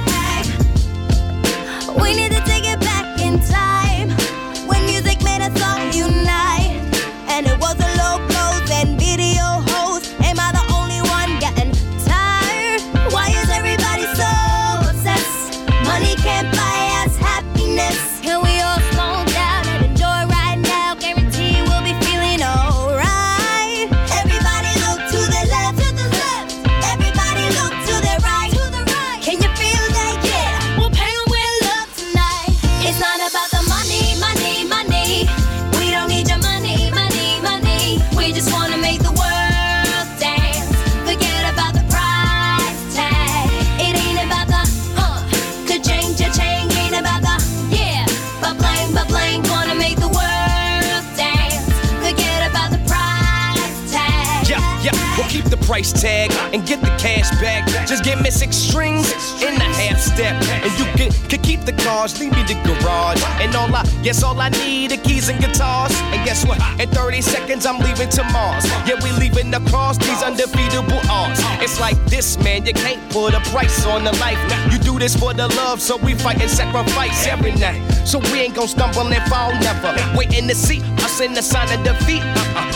We need to take it back in time when music made us all unite, and it was a low blows and video hoes. Am I the only one getting tired? Why is everybody so obsessed? Money can't buy us happiness. Can we all slow down and enjoy right now? Guarantee we'll be feeling alright. Everybody look to the left, everybody look to the right, Can you feel that? Yeah, we'll pay 'em with love tonight. It's not about the money, money, money. We don't need your money, money, money. We just wanna make the world dance. Forget about the price tag. It ain't about the could change your chain. Ain't about the but blank. Wanna make the world dance. Forget about the price tag. Yeah, we'll keep the price tag and get the cash back. Just give me 6 strings in the half step, and you can keep the cars, leave me the garage. And all I need are keys and guitars. And guess what? In 30 seconds I'm leaving to Mars. Yeah, we leaving across these undefeatable odds. It's like this, man, you can't put a price on the life. You do this for the love, so we fight and sacrifice every night. So we ain't gon' stumble and fall never. Waiting to see us in the sign of defeat.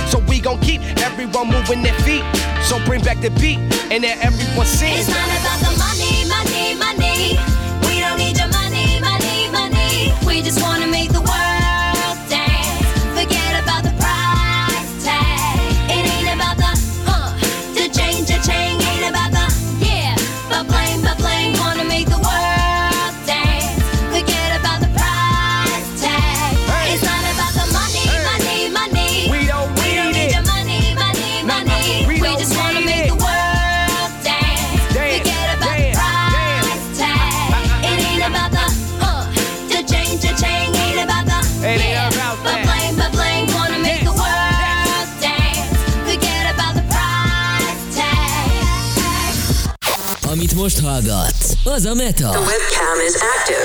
So we gon' keep everyone moving their feet. So bring back the beat and then everyone sing. It's not about the money, money, money. We don't need your money, money, money. We just wanna make the world dance. Forget about the price tag. It ain't about the change, ain't about the but blame, wanna make the world dance. Forget about the price tag. Hey. It's not about the money, money, money. We don't need your money, money, money. We We don't just wanna need make it. the world dance. Forget about the price tag. It ain't about the change, ain't about the It ain't about that. but blame, wanna make the world dance. Forget about the price tag. Amit most hallgatsz, az a Meta. Webcam is active.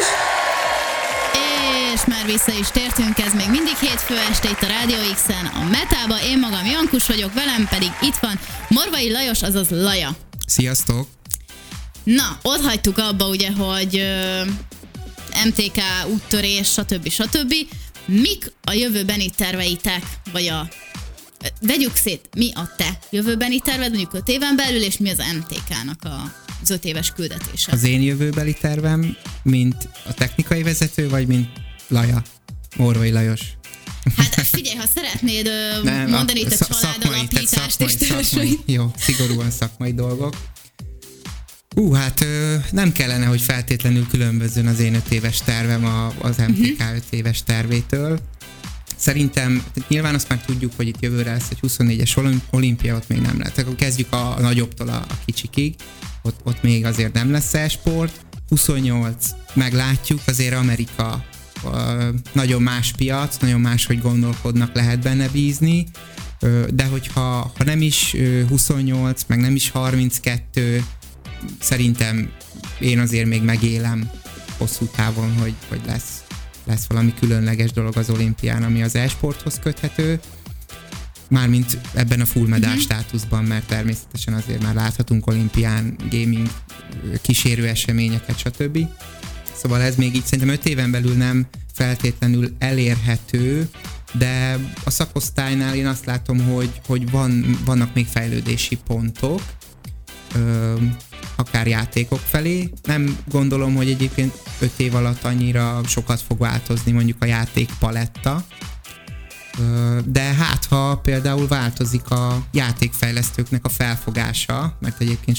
És már vissza is tértünk, ez még mindig hétfő este itt a Rádió X-en, a Metába. Én magam Jankus vagyok, velem pedig itt van Morvai Lajos, azaz Laja. Sziasztok! Na, ott hagytuk abba ugye, hogy MTK, úttörés, stb. Mik a jövőbeni terveitek, vagy vegyük szét, mi a te jövőbeni terved, mondjuk 5 éven belül, és mi az MTK-nak az 5 éves küldetése? Az én jövőbeli tervem, mint a technikai vezető, vagy mint Laja? Morvai Lajos. Hát figyelj, ha szeretnéd mondani itt a családalapítást és szakmai, jó, szigorúan szakmai dolgok. Hát nem kellene, hogy feltétlenül különbözzön az én 5 éves tervem az MTK 5 éves tervétől. Szerintem, nyilván azt már tudjuk, hogy itt jövőre lesz egy 24-es olimpia, ott még nem lehet. Akkor kezdjük a nagyobbtól a kicsikig, ott még azért nem lesz e-sport. 28, meglátjuk, azért Amerika nagyon más piac, nagyon máshogy gondolkodnak, lehet benne bízni, de hogyha nem is 28, meg nem is 32, szerintem én azért még megélem hosszú távon, hogy lesz valami különleges dolog az olimpián, ami az e-sporthoz köthető, mármint ebben a full medál státuszban, mert természetesen azért már láthatunk olimpián gaming kísérő eseményeket, stb. Szóval ez még így szerintem 5 éven belül nem feltétlenül elérhető, de a szakosztálynál én azt látom, hogy vannak még fejlődési pontok, akár játékok felé. Nem gondolom, hogy egyébként 5 év alatt annyira sokat fog változni mondjuk a játékpaletta, de hát ha például változik a játékfejlesztőknek a felfogása, mert egyébként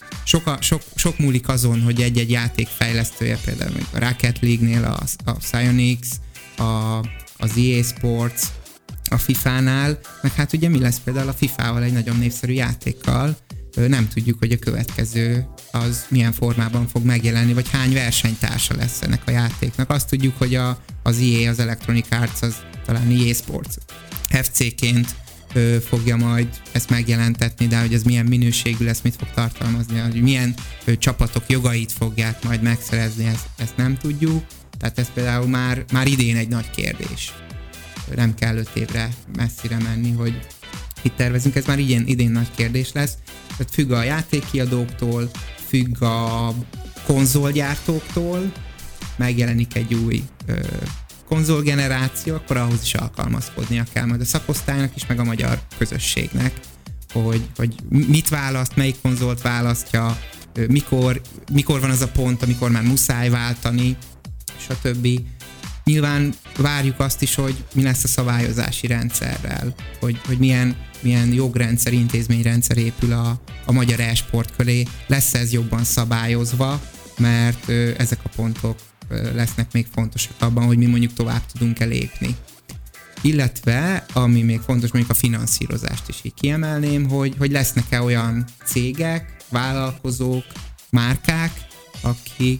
sok múlik azon, hogy egy-egy játékfejlesztője, például a Rocket League-nél, a Psyonix, az EA Sports, a FIFA-nál, meg hát ugye mi lesz például a FIFA-val, egy nagyon népszerű játékkal, nem tudjuk, hogy a következő az milyen formában fog megjelenni, vagy hány versenytársa lesz ennek a játéknak. Azt tudjuk, hogy az EA, az Electronic Arts, az talán EA Sports FC-ként fogja majd ezt megjelentetni, de hogy ez milyen minőségű lesz, mit fog tartalmazni, hogy milyen csapatok jogait fogják majd megszerezni, ezt nem tudjuk. Tehát ez például már idén egy nagy kérdés. Nem kell 5 évre messzire menni, hogy itt tervezünk, ez már idén nagy kérdés lesz. Tehát függ a játékkiadóktól, függ a konzolgyártóktól, megjelenik egy új konzolgeneráció, akkor ahhoz is alkalmazkodnia kell majd a szakosztálynak is, meg a magyar közösségnek, hogy mit választ, melyik konzolt választja, mikor van az a pont, amikor már muszáj váltani, stb. Nyilván várjuk azt is, hogy mi lesz a szabályozási rendszerrel, hogy milyen jogrendszer, intézményrendszer épül a magyar e-sport köré, lesz ez jobban szabályozva, mert ezek a pontok lesznek még fontosak abban, hogy mi mondjuk tovább tudunk lépni. Illetve, ami még fontos, mondjuk a finanszírozást is így kiemelném, hogy lesznek-e olyan cégek, vállalkozók, márkák, akik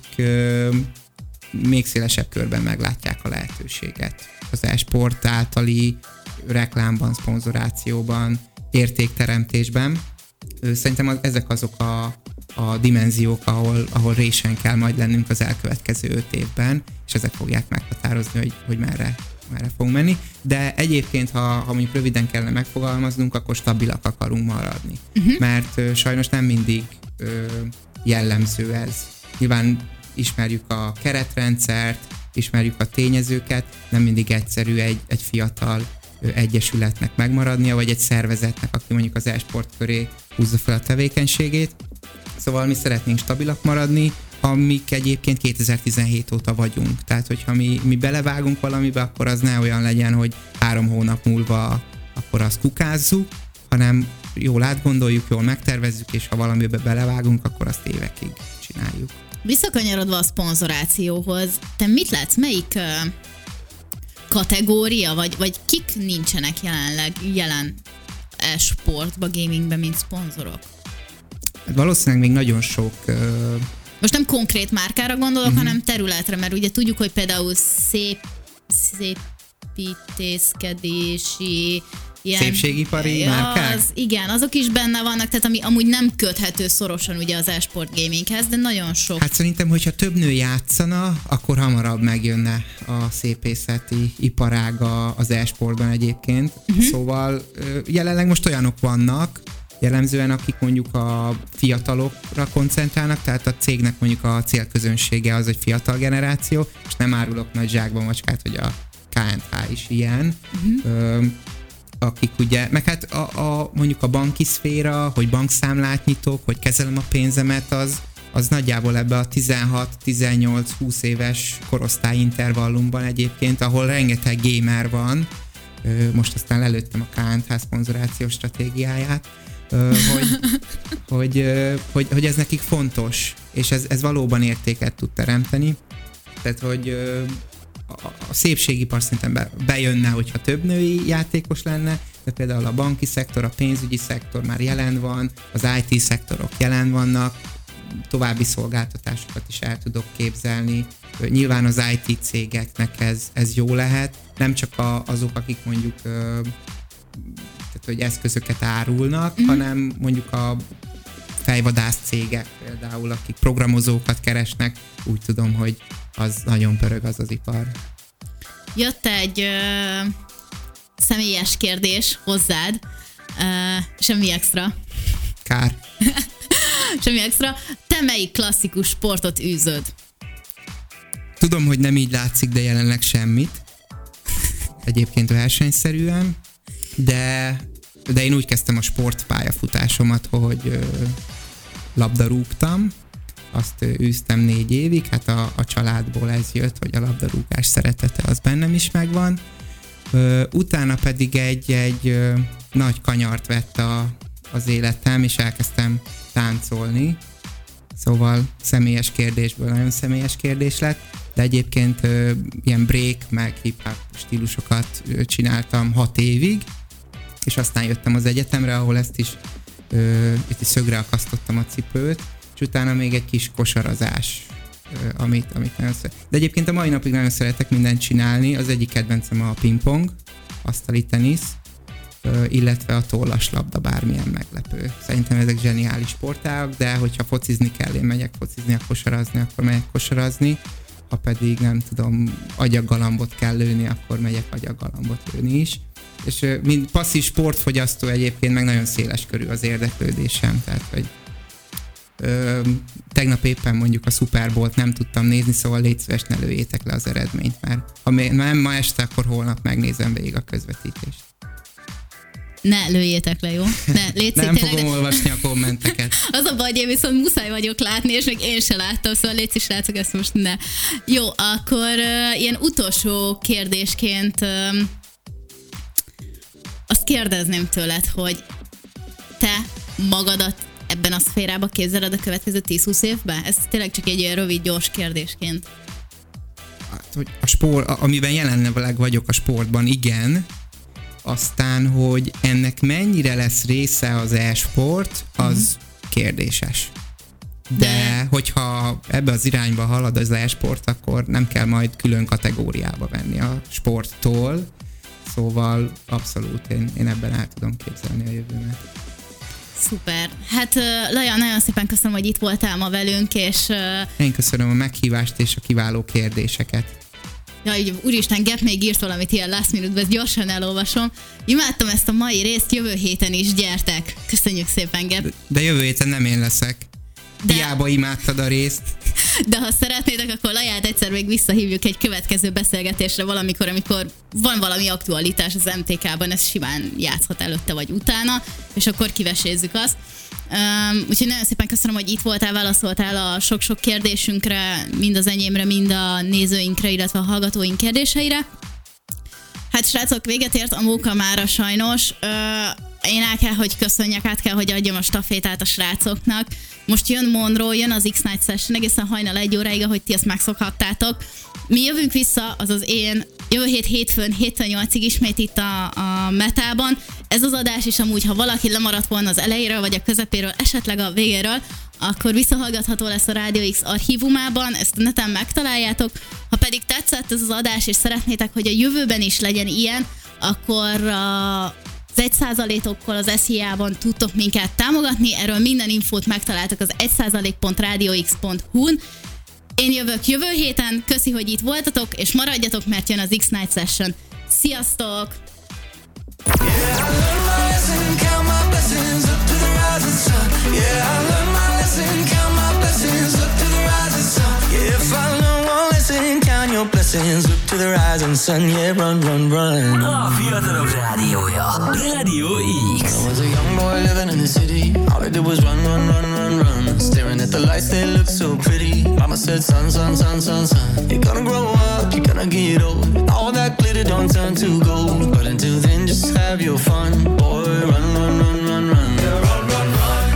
még szélesebb körben meglátják a lehetőséget. Az e-sport általi reklámban, szponzorációban, értékteremtésben. Szerintem ezek azok a dimenziók, ahol résen kell majd lennünk az elkövetkező 5 évben, és ezek fogják meghatározni, hogy merre fogunk menni. De egyébként, ha mondjuk röviden kellene megfogalmaznunk, akkor stabilak akarunk maradni. Mert sajnos nem mindig jellemző ez. Nyilván ismerjük a keretrendszert, ismerjük a tényezőket, nem mindig egyszerű egy fiatal egyesületnek megmaradnia, vagy egy szervezetnek, aki mondjuk az e-sport köré húzza fel a tevékenységét. Szóval mi szeretnénk stabilak maradni, amik egyébként 2017 óta vagyunk. Tehát, hogyha mi belevágunk valamibe, akkor az ne olyan legyen, hogy 3 hónap múlva akkor azt kukázzuk, hanem jól átgondoljuk, jól megtervezzük, és ha valamibe belevágunk, akkor azt évekig csináljuk. Visszakanyarodva a szponzorációhoz, te mit látsz, melyik kategória, vagy kik nincsenek jelenleg jelen e-sportba, gamingben, mint szponzorok? Valószínűleg még nagyon sok... Most nem konkrét márkára gondolok, hanem területre, mert ugye tudjuk, hogy például szépítészkedési ilyen, szépségipari márkák? Igen, azok is benne vannak, tehát ami amúgy nem köthető szorosan ugye az e-sport gaminghez, de nagyon sok. Hát szerintem, hogyha több nő játszana, akkor hamarabb megjönne a szépészeti iparága az e-sportban egyébként. Szóval jelenleg most olyanok vannak, jellemzően akik mondjuk a fiatalokra koncentrálnak, tehát a cégnek mondjuk a célközönsége az egy fiatal generáció, és nem árulok nagy zsákban macskát, hogy a KNH is ilyen, akik ugye, meg hát mondjuk a banki szféra, hogy bankszámlát nyitok, hogy kezelem a pénzemet, az nagyjából ebbe a 16-18-20 éves korosztály intervallumban egyébként, ahol rengeteg gamer van, most aztán lelőttem a KNH szponzorációs stratégiáját, hogy ez nekik fontos, és ez valóban értéket tud teremteni. Tehát, hogy a szépségipar szerintem bejönne, hogyha több női játékos lenne, de például a banki szektor, a pénzügyi szektor már jelen van, az IT szektorok jelen vannak, további szolgáltatásokat is el tudok képzelni. Nyilván az IT cégeknek ez jó lehet, nem csak azok, akik mondjuk tehát, hogy eszközöket árulnak, hanem mondjuk a fejvadász cégek például, akik programozókat keresnek, úgy tudom, hogy az nagyon pörög az ipar. Jött egy személyes kérdés hozzád, semmi extra. Kár. Semmi extra. Te melyik klasszikus sportot űzöd? Tudom, hogy nem így látszik, de jelenleg semmit. Egyébként versenyszerűen, de én úgy kezdtem a sportpályafutásomat, hogy labdarúgtam, azt űztem 4 évig, hát a családból ez jött, hogy a labdarúgás szeretete az bennem is megvan. Utána pedig egy nagy kanyart vett az életem, és elkezdtem táncolni. Szóval személyes kérdésből nagyon személyes kérdés lett, de egyébként ilyen break meg hip-hop stílusokat csináltam 6 évig, és aztán jöttem az egyetemre, ahol itt is szögre akasztottam a cipőt, és utána még egy kis kosarazás, amit nagyon szeretek. De egyébként a mai napig nagyon szeretek mindent csinálni, az egyik kedvencem a pingpong, asztali tenisz, illetve a tollaslabda, bármilyen meglepő. Szerintem ezek zseniális sportágak, de hogyha focizni kell, én megyek focizni, a kosarazni, akkor megyek kosarazni, ha pedig nem tudom, agyaggalambot kell lőni, akkor megyek agyaggalambot lőni is. És mint passzív sportfogyasztó egyébként meg nagyon széles körű az érdeklődésem, tehát hogy tegnap éppen mondjuk a Super Bowl-t nem tudtam nézni, szóval légy szíves, ne lőjétek le az eredményt, mert ha nem ma este, akkor holnap megnézem végig a közvetítést. Ne lőjétek le, jó? Nem fogom olvasni a kommenteket. Az a baj, én viszont muszáj vagyok látni, és még én sem láttam, szóval légy szíves, srácok, ezt most ne. Jó, akkor ilyen utolsó kérdésként azt kérdezném tőled, hogy te magadat ebben a szférában képzeled a következő 10-20 évben? Ez tényleg csak egy ilyen rövid, gyors kérdésként. Hát, hogy a sport, amiben jelenleg vagyok a sportban, igen. Aztán, hogy ennek mennyire lesz része az e-sport, az kérdéses. De hogyha ebbe az irányba halad az e-sport, akkor nem kell majd külön kategóriába venni a sporttól. Szóval abszolút én ebben el tudom képzelni a jövőmet. Szuper. Hát Laja, nagyon szépen köszönöm, hogy itt voltál ma velünk, és... Én köszönöm a meghívást és a kiváló kérdéseket. Jaj, úristen, Gep még írt valamit ilyen last minute-ben, ezt gyorsan elolvasom. Imádtam ezt a mai részt, jövő héten is gyertek. Köszönjük szépen, Gep. De jövő héten nem én leszek. Hiába imádtad a részt. De ha szeretnétek, akkor Laját egyszer még visszahívjuk egy következő beszélgetésre valamikor, amikor van valami aktualitás az MTK-ban, ez simán játszhat előtte vagy utána, és akkor kivesézzük azt. Úgyhogy nagyon szépen köszönöm, hogy itt voltál, válaszoltál a sok-sok kérdésünkre, mind az enyémre, mind a nézőinkre, illetve a hallgatóink kérdéseire. Hát srácok, véget ért a móka mára sajnos. Én el kell, hogy köszönjek, át kell, hogy adjam a stafétát a srácoknak. Most jön Monroe, jön az X-Night Session egészen hajnal 1 óráig, ahogy ti ezt megszokhattátok. Mi jövünk vissza, azaz én jövő hétfőn 7-8-ig ismét itt a Metában. Ez az adás is amúgy, ha valaki lemaradt volna az elejéről, vagy a közepéről, esetleg a végéről, akkor visszahallgatható lesz a Radio X archívumában, ezt a neten megtaláljátok. Ha pedig tetszett ez az adás, és szeretnétek, hogy a jövőben is legyen ilyen, akkor az 1%-okkal az SZIA-ban tudtok minket támogatni, erről minden infót megtaláltok az 1%.radiox.hu-n. Én jövök jövő héten, köszi, hogy itt voltatok, és maradjatok, mert jön az X-Night Session. Sziasztok! Your blessings, look to the rising sun, yeah, run, run, run. A fiatalok rádiója, Radio X. I was a young boy living in the city. All I did was run, run, run, run, run. Staring at the lights, they look so pretty. Mama said, son, son, son, son, son, you're gonna grow up, you're gonna get old. All that glitter don't turn to gold. But until then, just have your fun. Boy, run, run, run, run, run. Yeah, run, run, run.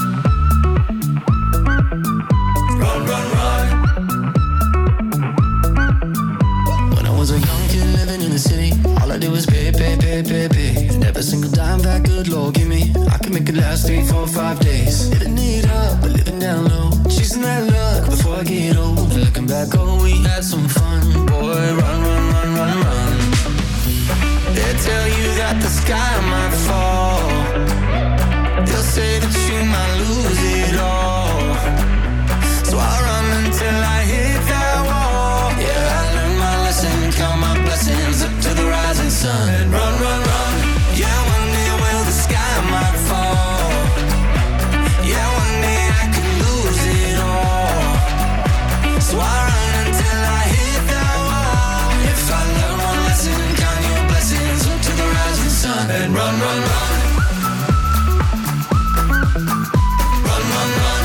Run, run, run. When I was a young kid living in the city, all I did was pay, pay, pay, pay, pay. And every single dime that good Lord give me, I could make it last 3, 4, 5 days. Living it up, but living down low, chasing that luck before I get old. And looking back, oh, we had some fun. Boy, run, run, run, run, run. They tell you that the sky might fall. They'll say that you might lose it all. So I run until I hit that wall. Yeah, I learned my lesson, count my blessings up to the rising sun. And run, run, run. Yeah, one day will the sky might fall. Yeah, one day I could lose it all. So I run until I hit that wall. If I learn one lesson, count your blessings up to the rising sun. And run, run, run. Run, run, run.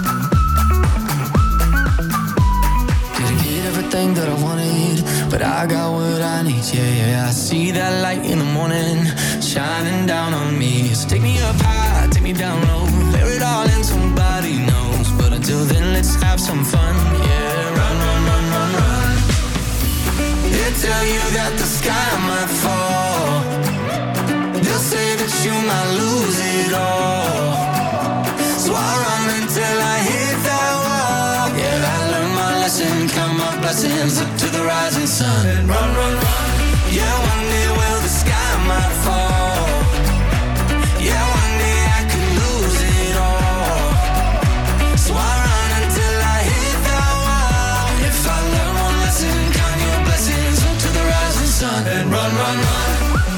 Didn't get everything that I wanted, but I got what I need, yeah, yeah. I see that light in the morning, shining down on me. So take me up high, take me down low, bear it all in, somebody knows. But until then, let's have some fun, yeah. Run, run, run, run, run. They tell you that the sky might fall. They'll say that you might lose it all. So I run until I hit that wall. Yeah, I learned my lesson, count my blessings up to the rising sun. And run, run, run. Yeah, one day will the sky might fall. Yeah, one day I could lose it all. So I run until I hit that wall. If I learn one lesson, count your blessings up to the rising sun. And run, run, run.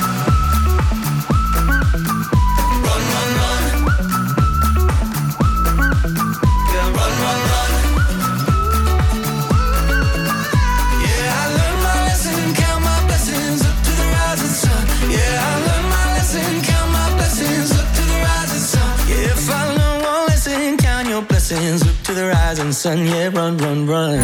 Run, run, run. Yeah, run, run, run. Yeah, I learned my lesson, count my blessings up to the rising sun. Yeah, I learned my lesson, count my blessings up to the rising sun. Yeah, if I learn one lesson, count your blessings up to the rising sun. Yeah, run, run, run.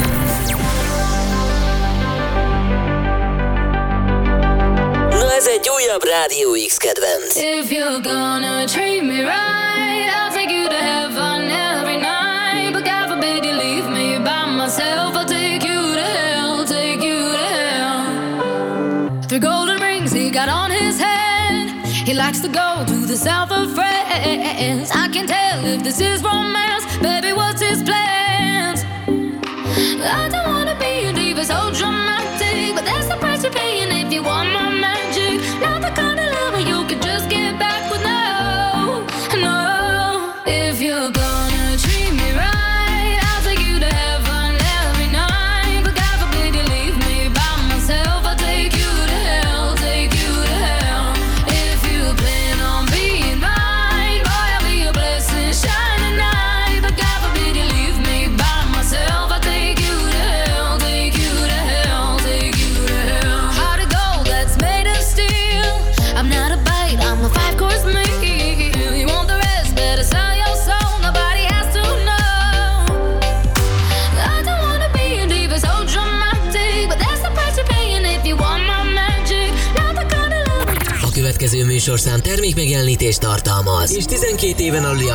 Na ez egy újabb Radio X kedvenc. If you're gonna treat me right, I'll take you to heaven every night. But God forbid you leave me by myself, I'll take you to hell, take you to hell. 3 golden rings he got on his head. He likes to go to the south of France. I can tell if this is romance, baby, what's his plans? I don't wanna be a diva, so dramatic, but that's the price you're paying if you want my magic. Not the kind of lover you could just get back with, no, no. If you're gonna treat me right, I'll take you to heaven every night. But God forbid you leave me by myself, I'll take you to hell, take you to hell. If you plan on being mine, boy, I'll be a blessing, shining night. But God forbid you leave me by myself, I'll take műsorszám termékmegjelenítést tartalmaz, és 12 éven aluli